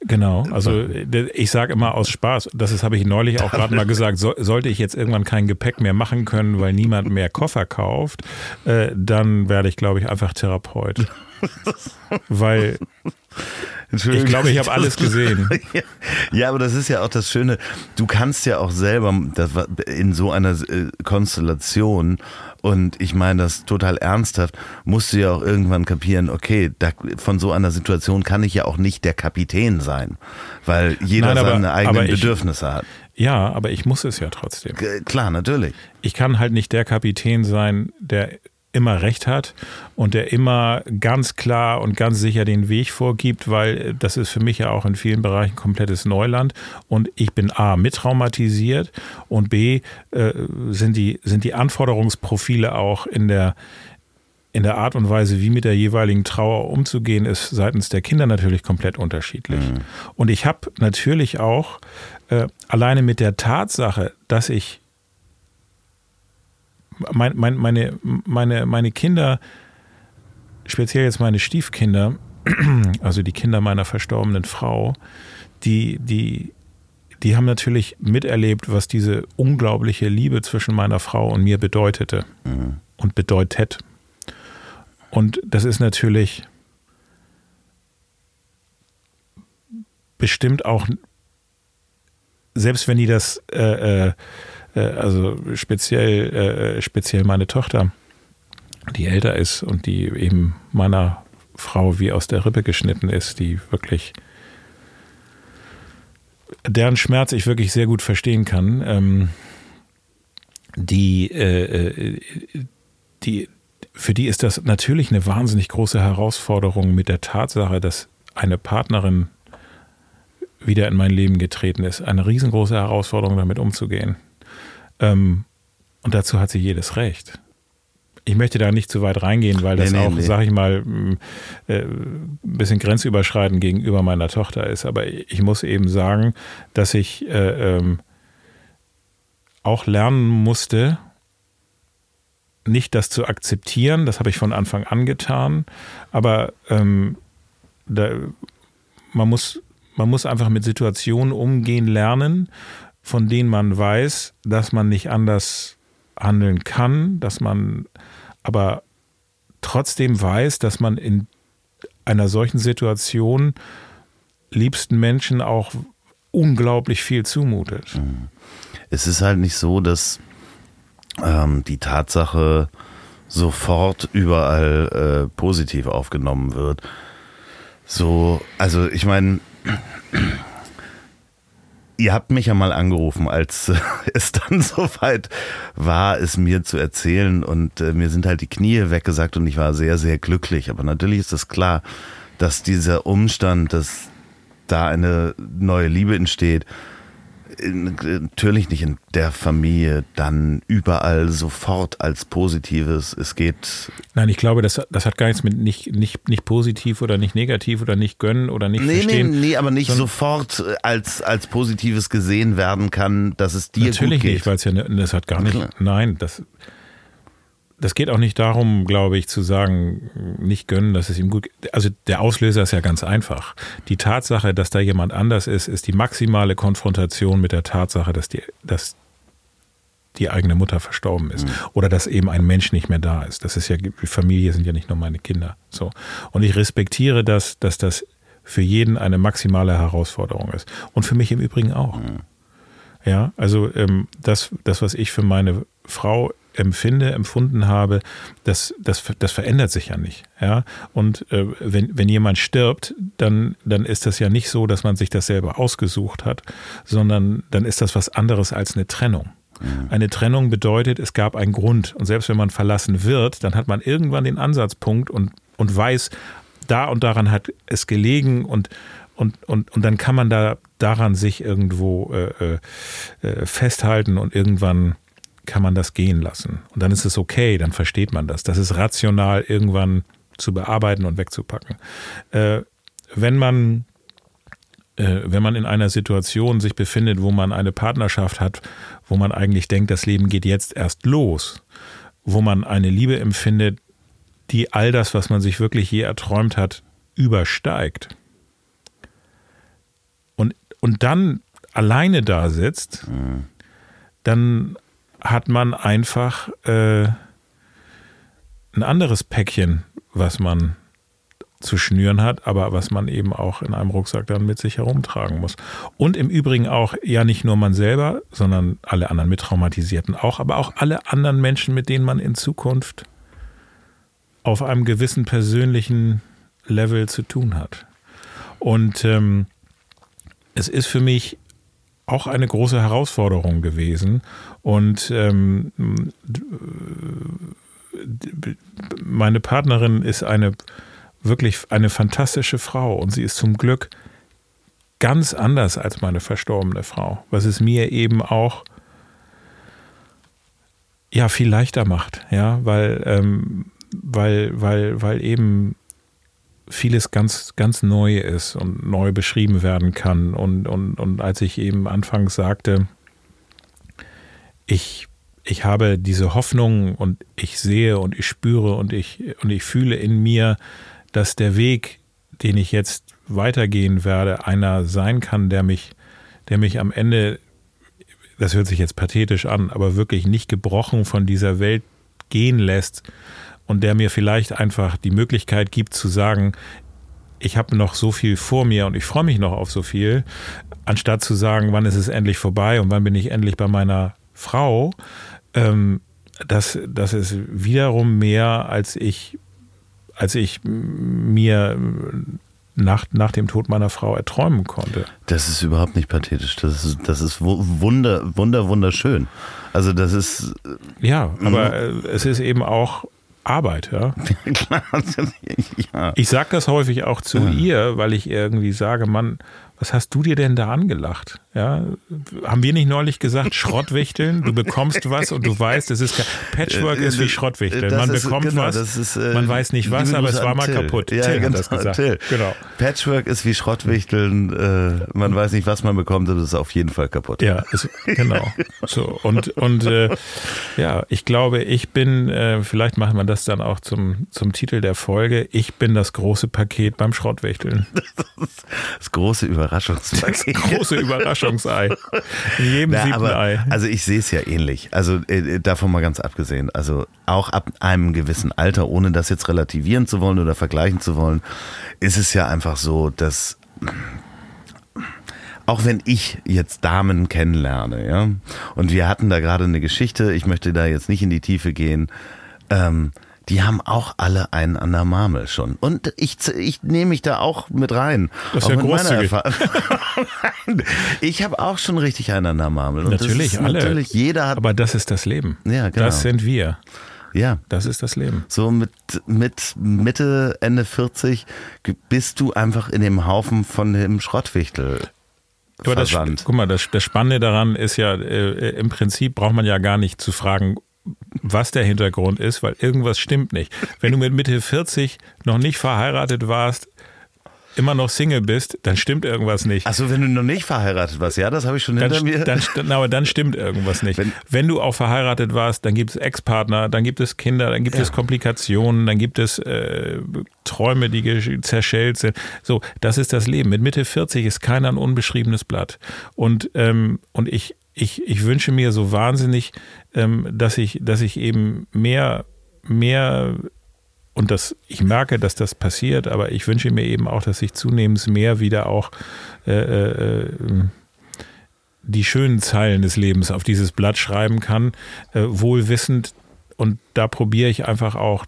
Genau, also ich sage immer aus Spaß, habe ich neulich auch gerade mal gesagt, sollte ich jetzt irgendwann kein Gepäck mehr machen können, weil niemand mehr Koffer kauft, dann werde ich, glaube ich, einfach Therapeut. Weil ich glaube, ich habe alles gesehen. Ja, aber das ist ja auch das Schöne, du kannst ja auch selber in so einer Konstellation, und ich meine das total ernsthaft, musst du ja auch irgendwann kapieren, okay, von so einer Situation kann ich ja auch nicht der Kapitän sein, weil jeder seine eigenen Bedürfnisse hat. Ja, aber ich muss es ja trotzdem. Klar, natürlich. Ich kann halt nicht der Kapitän sein, der immer recht hat und der immer ganz klar und ganz sicher den Weg vorgibt, weil das ist für mich ja auch in vielen Bereichen komplettes Neuland und ich bin A, mittraumatisiert und B, sind die Anforderungsprofile auch in der Art und Weise, wie mit der jeweiligen Trauer umzugehen ist, seitens der Kinder natürlich komplett unterschiedlich. Mhm. Und ich habe natürlich auch alleine mit der Tatsache, dass ich meine Kinder, speziell jetzt meine Stiefkinder, also die Kinder meiner verstorbenen Frau, die haben natürlich miterlebt, was diese unglaubliche Liebe zwischen meiner Frau und mir bedeutete und bedeutet. Und das ist natürlich bestimmt auch, selbst wenn die das also speziell meine Tochter, die älter ist und die eben meiner Frau wie aus der Rippe geschnitten ist, die wirklich, deren Schmerz ich wirklich sehr gut verstehen kann, für die ist das natürlich eine wahnsinnig große Herausforderung mit der Tatsache, dass eine Partnerin wieder in mein Leben getreten ist. Eine riesengroße Herausforderung, damit umzugehen. Und dazu hat sie jedes Recht. Ich möchte da nicht zu weit reingehen, weil das sage ich mal, ein bisschen grenzüberschreitend gegenüber meiner Tochter ist. Aber ich muss eben sagen, dass ich auch lernen musste, nicht das zu akzeptieren. Das habe ich von Anfang an getan. Aber man muss einfach mit Situationen umgehen lernen, von denen man weiß, dass man nicht anders handeln kann, dass man aber trotzdem weiß, dass man in einer solchen Situation liebsten Menschen auch unglaublich viel zumutet. Es ist halt nicht so, dass die Tatsache sofort überall positiv aufgenommen wird. So, also ich meine, ihr habt mich ja mal angerufen, als es dann soweit war, es mir zu erzählen, und mir sind halt die Knie weggesackt und ich war sehr, sehr glücklich. Aber natürlich ist es klar, dass dieser Umstand, dass da eine neue Liebe entsteht, natürlich nicht in der Familie dann überall sofort als Positives. Es geht. Nein, ich glaube, das hat gar nichts mit nicht positiv oder nicht negativ oder nicht gönnen oder nicht verstehen. Nee, aber nicht sofort als Positives gesehen werden kann, dass es dir natürlich gut geht. Nicht, weil es ja, das hat gar nicht, nein, das geht auch nicht darum, glaube ich, zu sagen, nicht gönnen, dass es ihm gut geht. Also der Auslöser ist ja ganz einfach. Die Tatsache, dass da jemand anders ist die maximale Konfrontation mit der Tatsache, dass die eigene Mutter verstorben ist. Oder dass eben ein Mensch nicht mehr da ist. Das ist ja, die Familie sind ja nicht nur meine Kinder. So. Und ich respektiere dass das für jeden eine maximale Herausforderung ist. Und für mich im Übrigen auch. Ja, also das, was ich für meine Frau empfunden habe, das verändert sich ja nicht. Ja? Und wenn jemand stirbt, dann ist das ja nicht so, dass man sich das selber ausgesucht hat, sondern dann ist das was anderes als eine Trennung. Eine Trennung bedeutet, es gab einen Grund. Und selbst wenn man verlassen wird, dann hat man irgendwann den Ansatzpunkt und weiß, da und daran hat es gelegen und dann kann man daran sich irgendwo festhalten und irgendwann kann man das gehen lassen. Und dann ist es okay, dann versteht man das. Das ist rational irgendwann zu bearbeiten und wegzupacken. Wenn man in einer Situation sich befindet, wo man eine Partnerschaft hat, wo man eigentlich denkt, das Leben geht jetzt erst los, wo man eine Liebe empfindet, die all das, was man sich wirklich je erträumt hat, übersteigt, und dann alleine da sitzt, dann hat man einfach ein anderes Päckchen, was man zu schnüren hat, aber was man eben auch in einem Rucksack dann mit sich herumtragen muss. Und im Übrigen auch ja nicht nur man selber, sondern alle anderen Mittraumatisierten auch, aber auch alle anderen Menschen, mit denen man in Zukunft auf einem gewissen persönlichen Level zu tun hat. Und es ist für mich auch eine große Herausforderung gewesen. Und meine Partnerin ist wirklich eine fantastische Frau und sie ist zum Glück ganz anders als meine verstorbene Frau, was es mir eben auch ja viel leichter macht, ja, weil eben vieles ganz, ganz neu ist und neu beschrieben werden kann. Und als ich eben anfangs sagte, ich habe diese Hoffnung und ich sehe und ich spüre und ich fühle in mir, dass der Weg, den ich jetzt weitergehen werde, einer sein kann, der mich am Ende, das hört sich jetzt pathetisch an, aber wirklich nicht gebrochen von dieser Welt gehen lässt und der mir vielleicht einfach die Möglichkeit gibt zu sagen, ich habe noch so viel vor mir und ich freue mich noch auf so viel, anstatt zu sagen, wann ist es endlich vorbei und wann bin ich endlich bei meiner Frau, das ist wiederum mehr, als ich mir nach dem Tod meiner Frau erträumen konnte. Das ist überhaupt nicht pathetisch. Das ist wunderschön. Also das ist... Ja, aber es ist eben auch Arbeit, ja. Klar. Ja. Ich sage das häufig auch zu ihr, weil ich irgendwie sage, Mann, was hast du dir denn da angelacht? Ja, haben wir nicht neulich gesagt, Schrottwichteln? Du bekommst was und du weißt, es ist Patchwork ist wie Schrottwichteln. Man bekommt was, man weiß nicht was, aber es war mal kaputt. Ja, Till genau, hat das gesagt. Till. Genau. Patchwork ist wie Schrottwichteln. Man weiß nicht, was man bekommt, aber es ist auf jeden Fall kaputt. Ja, genau. So und ja, ich glaube, ich bin, vielleicht machen wir das dann auch zum Titel der Folge. Ich bin das große Paket beim Schrottwichteln. Das große Überraschungspaket. Das große Überraschungsei. In jedem siebten Ei. Also ich sehe es ja ähnlich. Also davon mal ganz abgesehen. Also auch ab einem gewissen Alter, ohne das jetzt relativieren zu wollen oder vergleichen zu wollen, ist es ja einfach so, dass auch wenn ich jetzt Damen kennenlerne, ja, und wir hatten da gerade eine Geschichte, ich möchte da jetzt nicht in die Tiefe gehen, die haben auch alle einen an der Marmel schon. Und ich nehme mich da auch mit rein. Das ist ja großzügig. Ich habe auch schon richtig einen an der Marmel. Und natürlich, alle. Natürlich, jeder hat. Aber das ist das Leben. Ja, genau. Das sind wir. Ja. Das ist das Leben. So mit Mitte, Ende 40 bist du einfach in dem Haufen von dem Schrottwichtel. Aber guck mal, das Spannende daran ist ja, im Prinzip braucht man ja gar nicht zu fragen, was der Hintergrund ist, weil irgendwas stimmt nicht. Wenn du mit Mitte 40 noch nicht verheiratet warst, immer noch Single bist, dann stimmt irgendwas nicht. Achso, wenn du noch nicht verheiratet warst, ja, das habe ich schon hinter mir. Aber dann stimmt irgendwas nicht. Wenn du auch verheiratet warst, dann gibt es Ex-Partner, dann gibt es Kinder, dann gibt es Komplikationen, dann gibt es Träume, die zerschellt sind. So, das ist das Leben. Mit Mitte 40 ist keiner ein unbeschriebenes Blatt. Und ich wünsche mir so wahnsinnig, dass ich eben mehr und ich merke, dass das passiert, aber ich wünsche mir eben auch, dass ich zunehmend mehr wieder auch die schönen Zeilen des Lebens auf dieses Blatt schreiben kann, wohlwissend, und da probiere ich einfach auch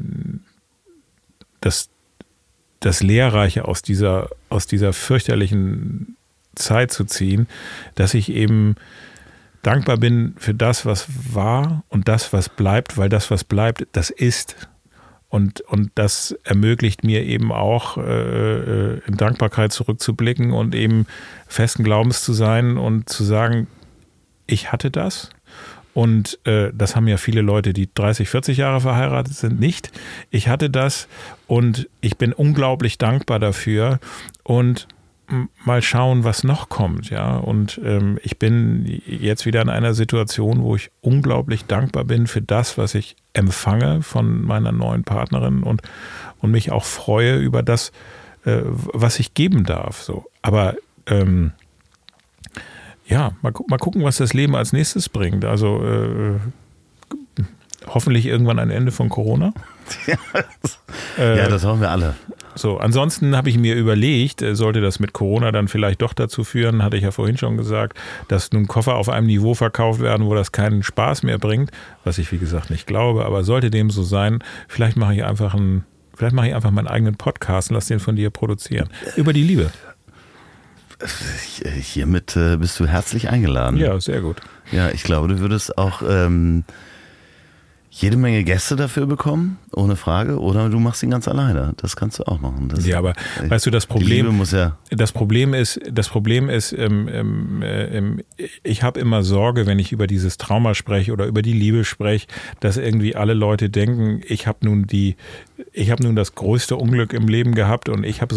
das Lehrreiche aus dieser fürchterlichen Zeit zu ziehen, dass ich eben dankbar bin für das, was war und das, was bleibt, weil das, was bleibt, das ist. Und das ermöglicht mir eben auch, in Dankbarkeit zurückzublicken und eben festen Glaubens zu sein und zu sagen, ich hatte das. Und das haben ja viele Leute, die 30, 40 Jahre verheiratet sind, nicht. Ich hatte das und ich bin unglaublich dankbar dafür und mal schauen, was noch kommt, ja. Und ich bin jetzt wieder in einer Situation, wo ich unglaublich dankbar bin für das, was ich empfange von meiner neuen Partnerin und mich auch freue über das, was ich geben darf. So. Aber ja, mal gucken, was das Leben als nächstes bringt. Also hoffentlich irgendwann ein Ende von Corona. Ja, das hoffen wir alle. So, ansonsten habe ich mir überlegt, sollte das mit Corona dann vielleicht doch dazu führen, hatte ich ja vorhin schon gesagt, dass nun Koffer auf einem Niveau verkauft werden, wo das keinen Spaß mehr bringt, was ich wie gesagt nicht glaube, aber sollte dem so sein, vielleicht mache ich einfach meinen eigenen Podcast und lass den von dir produzieren. Über die Liebe. Hiermit bist du herzlich eingeladen. Ja, sehr gut. Ja, ich glaube, du würdest auch jede Menge Gäste dafür bekommen, ohne Frage, oder du machst ihn ganz alleine. Das kannst du auch machen. Ja, aber weißt du, das Problem ist, ich habe immer Sorge, wenn ich über dieses Trauma spreche oder über die Liebe spreche, dass irgendwie alle Leute denken, ich habe nun das größte Unglück im Leben gehabt und ich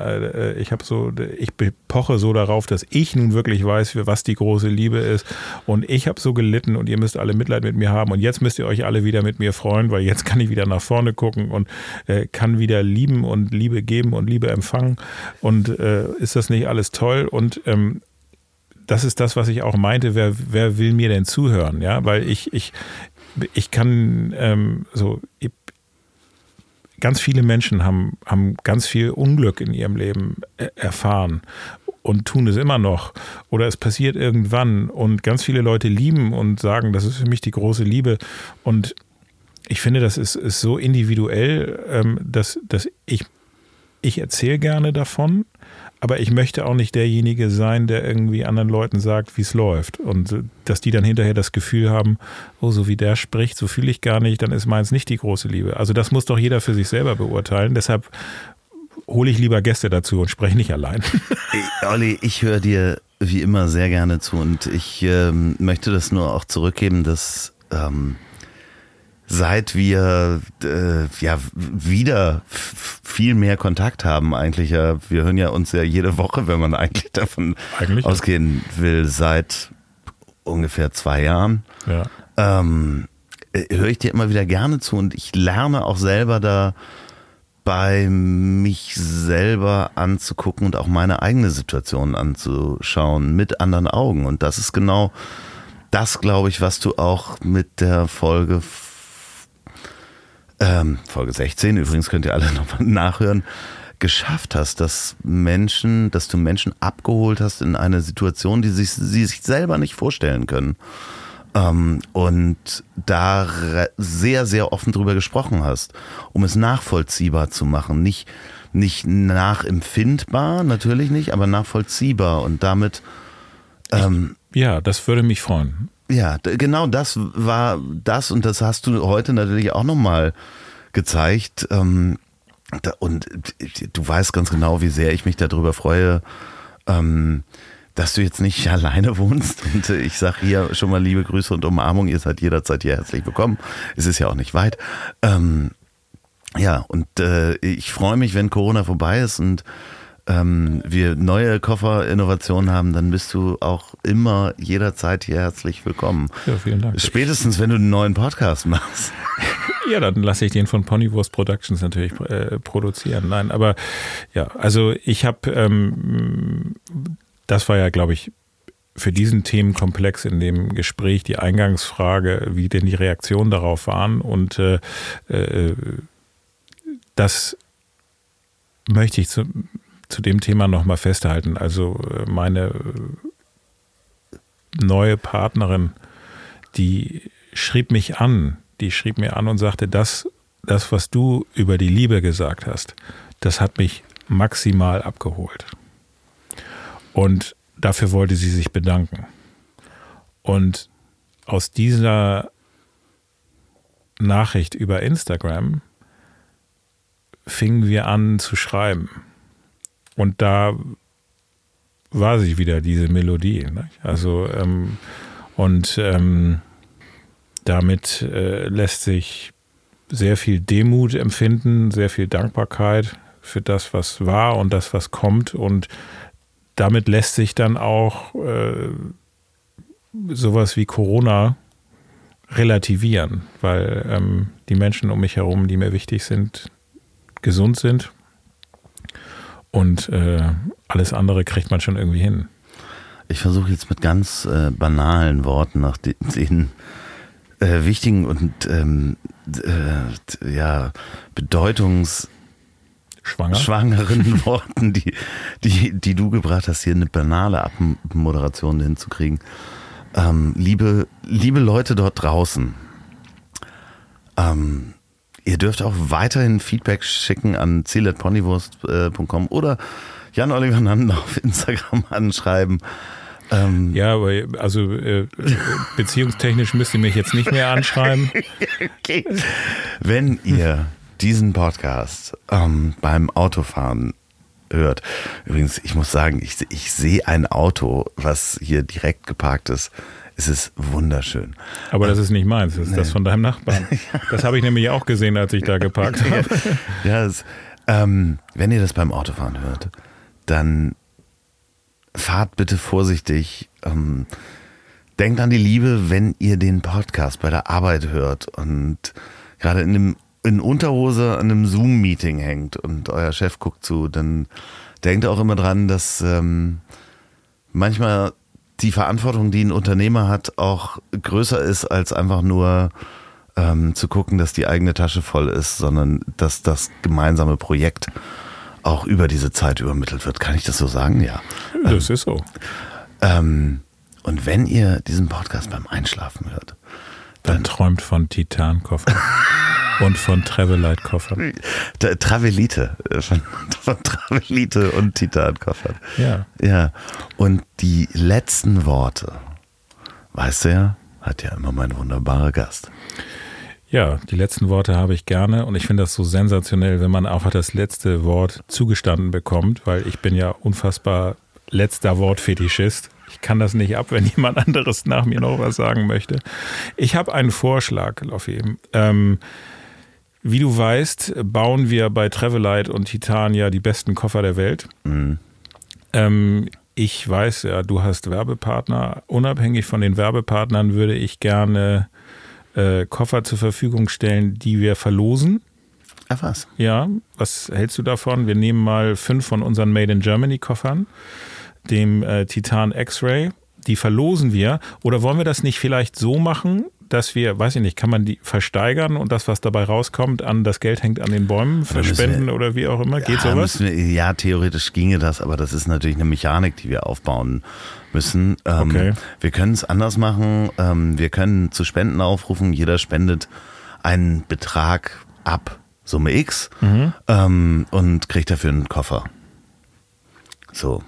poche so darauf, dass ich nun wirklich weiß, was die große Liebe ist und ich habe so gelitten und ihr müsst alle Mitleid mit mir haben und jetzt müsst ihr euch alle wieder mit mir freuen, weil jetzt kann ich wieder nach vorne gucken und kann wieder lieben und Liebe geben und Liebe empfangen und ist das nicht alles toll? Und das ist das, was ich auch meinte, wer will mir denn zuhören? Ja, weil ich kann ganz viele Menschen haben ganz viel Unglück in ihrem Leben erfahren und tun es immer noch. Oder es passiert irgendwann und ganz viele Leute lieben und sagen, das ist für mich die große Liebe. Und ich finde, das ist so individuell, dass ich erzähle gerne davon, aber ich möchte auch nicht derjenige sein, der irgendwie anderen Leuten sagt, wie es läuft. Und dass die dann hinterher das Gefühl haben, oh, so wie der spricht, so fühle ich gar nicht, dann ist meins nicht die große Liebe. Also das muss doch jeder für sich selber beurteilen. Deshalb hole ich lieber Gäste dazu und spreche nicht allein. Olli, ich höre dir wie immer sehr gerne zu und ich möchte das nur auch zurückgeben, dass seit wir wieder viel mehr Kontakt haben, eigentlich wir hören ja uns ja jede Woche, wenn man eigentlich davon ausgehen will, seit ungefähr 2 Jahren, höre ich dir immer wieder gerne zu und ich lerne auch selber dabei, mich selber anzugucken und auch meine eigene Situation anzuschauen mit anderen Augen und das ist genau das, glaube ich, was du auch mit der Folge 16, übrigens könnt ihr alle nochmal nachhören, geschafft hast, dass du Menschen abgeholt hast in eine Situation, die sie sich selber nicht vorstellen können. Und da sehr, sehr offen drüber gesprochen hast, um es nachvollziehbar zu machen. Nicht nachempfindbar, natürlich nicht, aber nachvollziehbar und damit ja, das würde mich freuen. Ja, genau das war das und das hast du heute natürlich auch nochmal gezeigt und du weißt ganz genau, wie sehr ich mich darüber freue, dass du jetzt nicht alleine wohnst und ich sage hier schon mal liebe Grüße und Umarmung, ihr seid jederzeit hier herzlich willkommen, es ist ja auch nicht weit. Ich freue mich, wenn Corona vorbei ist und wir neue Kofferinnovationen haben, dann bist du auch immer jederzeit hier herzlich willkommen. Ja, vielen Dank. Spätestens, wenn du einen neuen Podcast machst. Ja, dann lasse ich den von Ponywurst Productions natürlich produzieren. Nein, aber ja, also ich habe, das war ja, glaube ich, für diesen Themenkomplex in dem Gespräch die Eingangsfrage, wie denn die Reaktionen darauf waren und das möchte ich zu dem Thema nochmal festhalten. Also meine neue Partnerin, die schrieb mir an und sagte, das, was du über die Liebe gesagt hast, das hat mich maximal abgeholt. Und dafür wollte sie sich bedanken. Und aus dieser Nachricht über Instagram fingen wir an zu schreiben. Und da war sie wieder, diese Melodie. Ne? Also, damit lässt sich sehr viel Demut empfinden, sehr viel Dankbarkeit für das, was war und das, was kommt. Und damit lässt sich dann auch sowas wie Corona relativieren, weil die Menschen um mich herum, die mir wichtig sind, gesund sind. Und alles andere kriegt man schon irgendwie hin. Ich versuche jetzt mit ganz banalen Worten nach den wichtigen und bedeutungsschwangeren Worten, die du gebracht hast, hier eine banale Abmoderation hinzukriegen. Liebe Leute dort draußen, ihr dürft auch weiterhin Feedback schicken an ziel@ponywurst.com oder Jan Oliver Nanden auf Instagram anschreiben. Ja, aber also beziehungstechnisch müsst ihr mich jetzt nicht mehr anschreiben. Okay. Wenn ihr diesen Podcast beim Autofahren hört, übrigens, ich muss sagen, ich sehe ein Auto, was hier direkt geparkt ist. Es ist wunderschön. Aber das ist nicht meins, das ist das von deinem Nachbarn. Das habe ich nämlich auch gesehen, als ich da geparkt habe. Ja, wenn ihr das beim Autofahren hört, dann fahrt bitte vorsichtig. Denkt an die Liebe, wenn ihr den Podcast bei der Arbeit hört und gerade in Unterhose an einem Zoom-Meeting hängt und euer Chef guckt zu, dann denkt auch immer dran, dass manchmal die Verantwortung, die ein Unternehmer hat, auch größer ist, als einfach nur zu gucken, dass die eigene Tasche voll ist, sondern dass das gemeinsame Projekt auch über diese Zeit übermittelt wird. Kann ich das so sagen? Ja. Das ist so. Und wenn ihr diesen Podcast beim Einschlafen hört, dann träumt von Titan-Koffern und von Travelite-Koffern. Travelite. Von Travelite und Titan-Koffern. Ja. Ja. Und die letzten Worte, weißt du ja, hat ja immer mein wunderbarer Gast. Ja, die letzten Worte habe ich gerne und ich finde das so sensationell, wenn man einfach das letzte Wort zugestanden bekommt, weil ich bin ja unfassbar letzter Wortfetischist. Ich kann das nicht ab, wenn jemand anderes nach mir noch was sagen möchte. Ich habe einen Vorschlag, Loffi. Wie du weißt, bauen wir bei Travelite und Titan ja die besten Koffer der Welt. Mhm. Ich weiß ja, du hast Werbepartner. Unabhängig von den Werbepartnern würde ich gerne Koffer zur Verfügung stellen, die wir verlosen. Ach was? Ja, was hältst du davon? Wir nehmen mal 5 von unseren Made in Germany Koffern, dem Titan X-Ray, die verlosen wir. Oder wollen wir das nicht vielleicht so machen, dass wir, weiß ich nicht, kann man die versteigern und das, was dabei rauskommt, an das Geld hängt an den Bäumen, verspenden oder wie auch immer? Geht sowas? Ja, theoretisch ginge das, aber das ist natürlich eine Mechanik, die wir aufbauen müssen. Okay. Wir können es anders machen. Wir können zu Spenden aufrufen. Jeder spendet einen Betrag ab Summe X und kriegt dafür einen Koffer. So.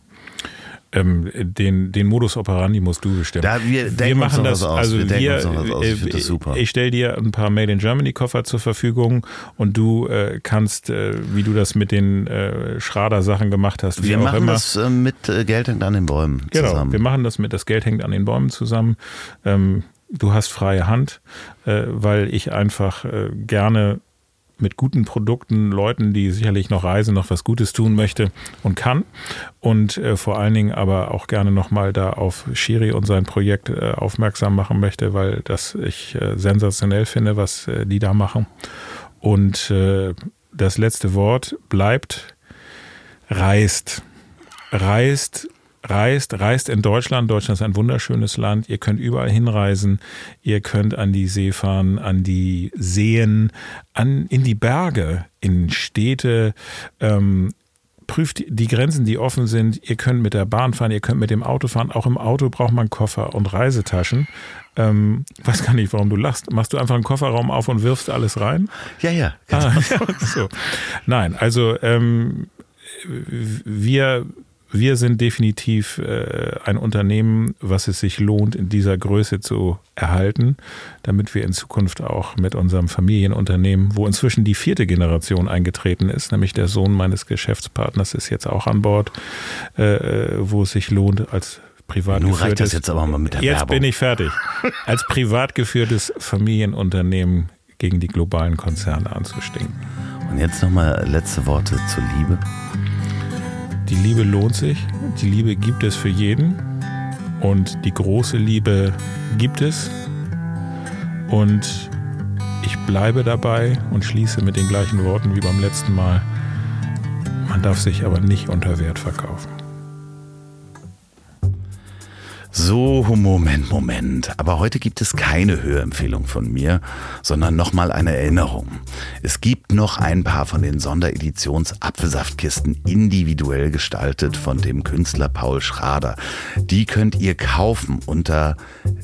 Den Modus operandi musst du bestimmen. Wir machen das aus. Also ich finde das super. Ich stelle dir ein paar Made in Germany Koffer zur Verfügung und du kannst, wie du das mit den Schrader-Sachen gemacht hast, wie wir auch machen immer. Das mit Geld hängt an den Bäumen zusammen. Genau, wir machen das mit das Geld hängt an den Bäumen zusammen. Du hast freie Hand, weil ich einfach gerne mit guten Produkten Leuten, die sicherlich noch reisen, noch was Gutes tun möchte und kann. Und vor allen Dingen aber auch gerne nochmal da auf Schiri und sein Projekt aufmerksam machen möchte, weil das ich sensationell finde, was die da machen. Und das letzte Wort bleibt: reist. Reist in Deutschland. Deutschland ist ein wunderschönes Land. Ihr könnt überall hinreisen. Ihr könnt an die See fahren, an die Seen, in die Berge, in Städte. Prüft die Grenzen, die offen sind. Ihr könnt mit der Bahn fahren, ihr könnt mit dem Auto fahren. Auch im Auto braucht man Koffer und Reisetaschen. Weiß gar nicht, warum du lachst. Machst du einfach einen Kofferraum auf und wirfst alles rein? Ja. So. Nein, also wir sind definitiv ein Unternehmen, was es sich lohnt, in dieser Größe zu erhalten, damit wir in Zukunft auch mit unserem Familienunternehmen, wo inzwischen die 4. Generation eingetreten ist, nämlich der Sohn meines Geschäftspartners ist jetzt auch an Bord, wo es sich lohnt, als privat geführtes... Nun reicht das jetzt aber mal mit der Jetzt Werbung. bin ich fertig. Als privat geführtes Familienunternehmen gegen die globalen Konzerne anzustinken. Und jetzt nochmal letzte Worte zur Liebe. Die Liebe lohnt sich, die Liebe gibt es für jeden und die große Liebe gibt es und ich bleibe dabei und schließe mit den gleichen Worten wie beim letzten Mal. Man darf sich aber nicht unter Wert verkaufen. So, Moment. Aber heute gibt es keine Hörempfehlung von mir, sondern nochmal eine Erinnerung. Es gibt noch ein paar von den Sondereditions-Apfelsaftkisten individuell gestaltet von dem Künstler Paul Schrader. Die könnt ihr kaufen unter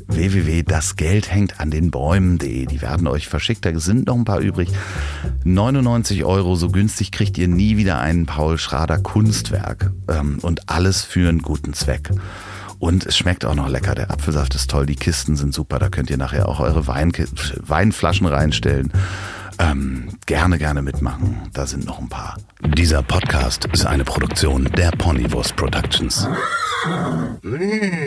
www.dasgeldhängtandenbäumen.de. Die werden euch verschickt, da sind noch ein paar übrig. 99 €, so günstig kriegt ihr nie wieder ein Paul Schrader Kunstwerk. Und alles für einen guten Zweck. Und es schmeckt auch noch lecker. Der Apfelsaft ist toll, die Kisten sind super. Da könnt ihr nachher auch eure Weinflaschen reinstellen. Gerne mitmachen. Da sind noch ein paar. Dieser Podcast ist eine Produktion der Ponywurst Productions.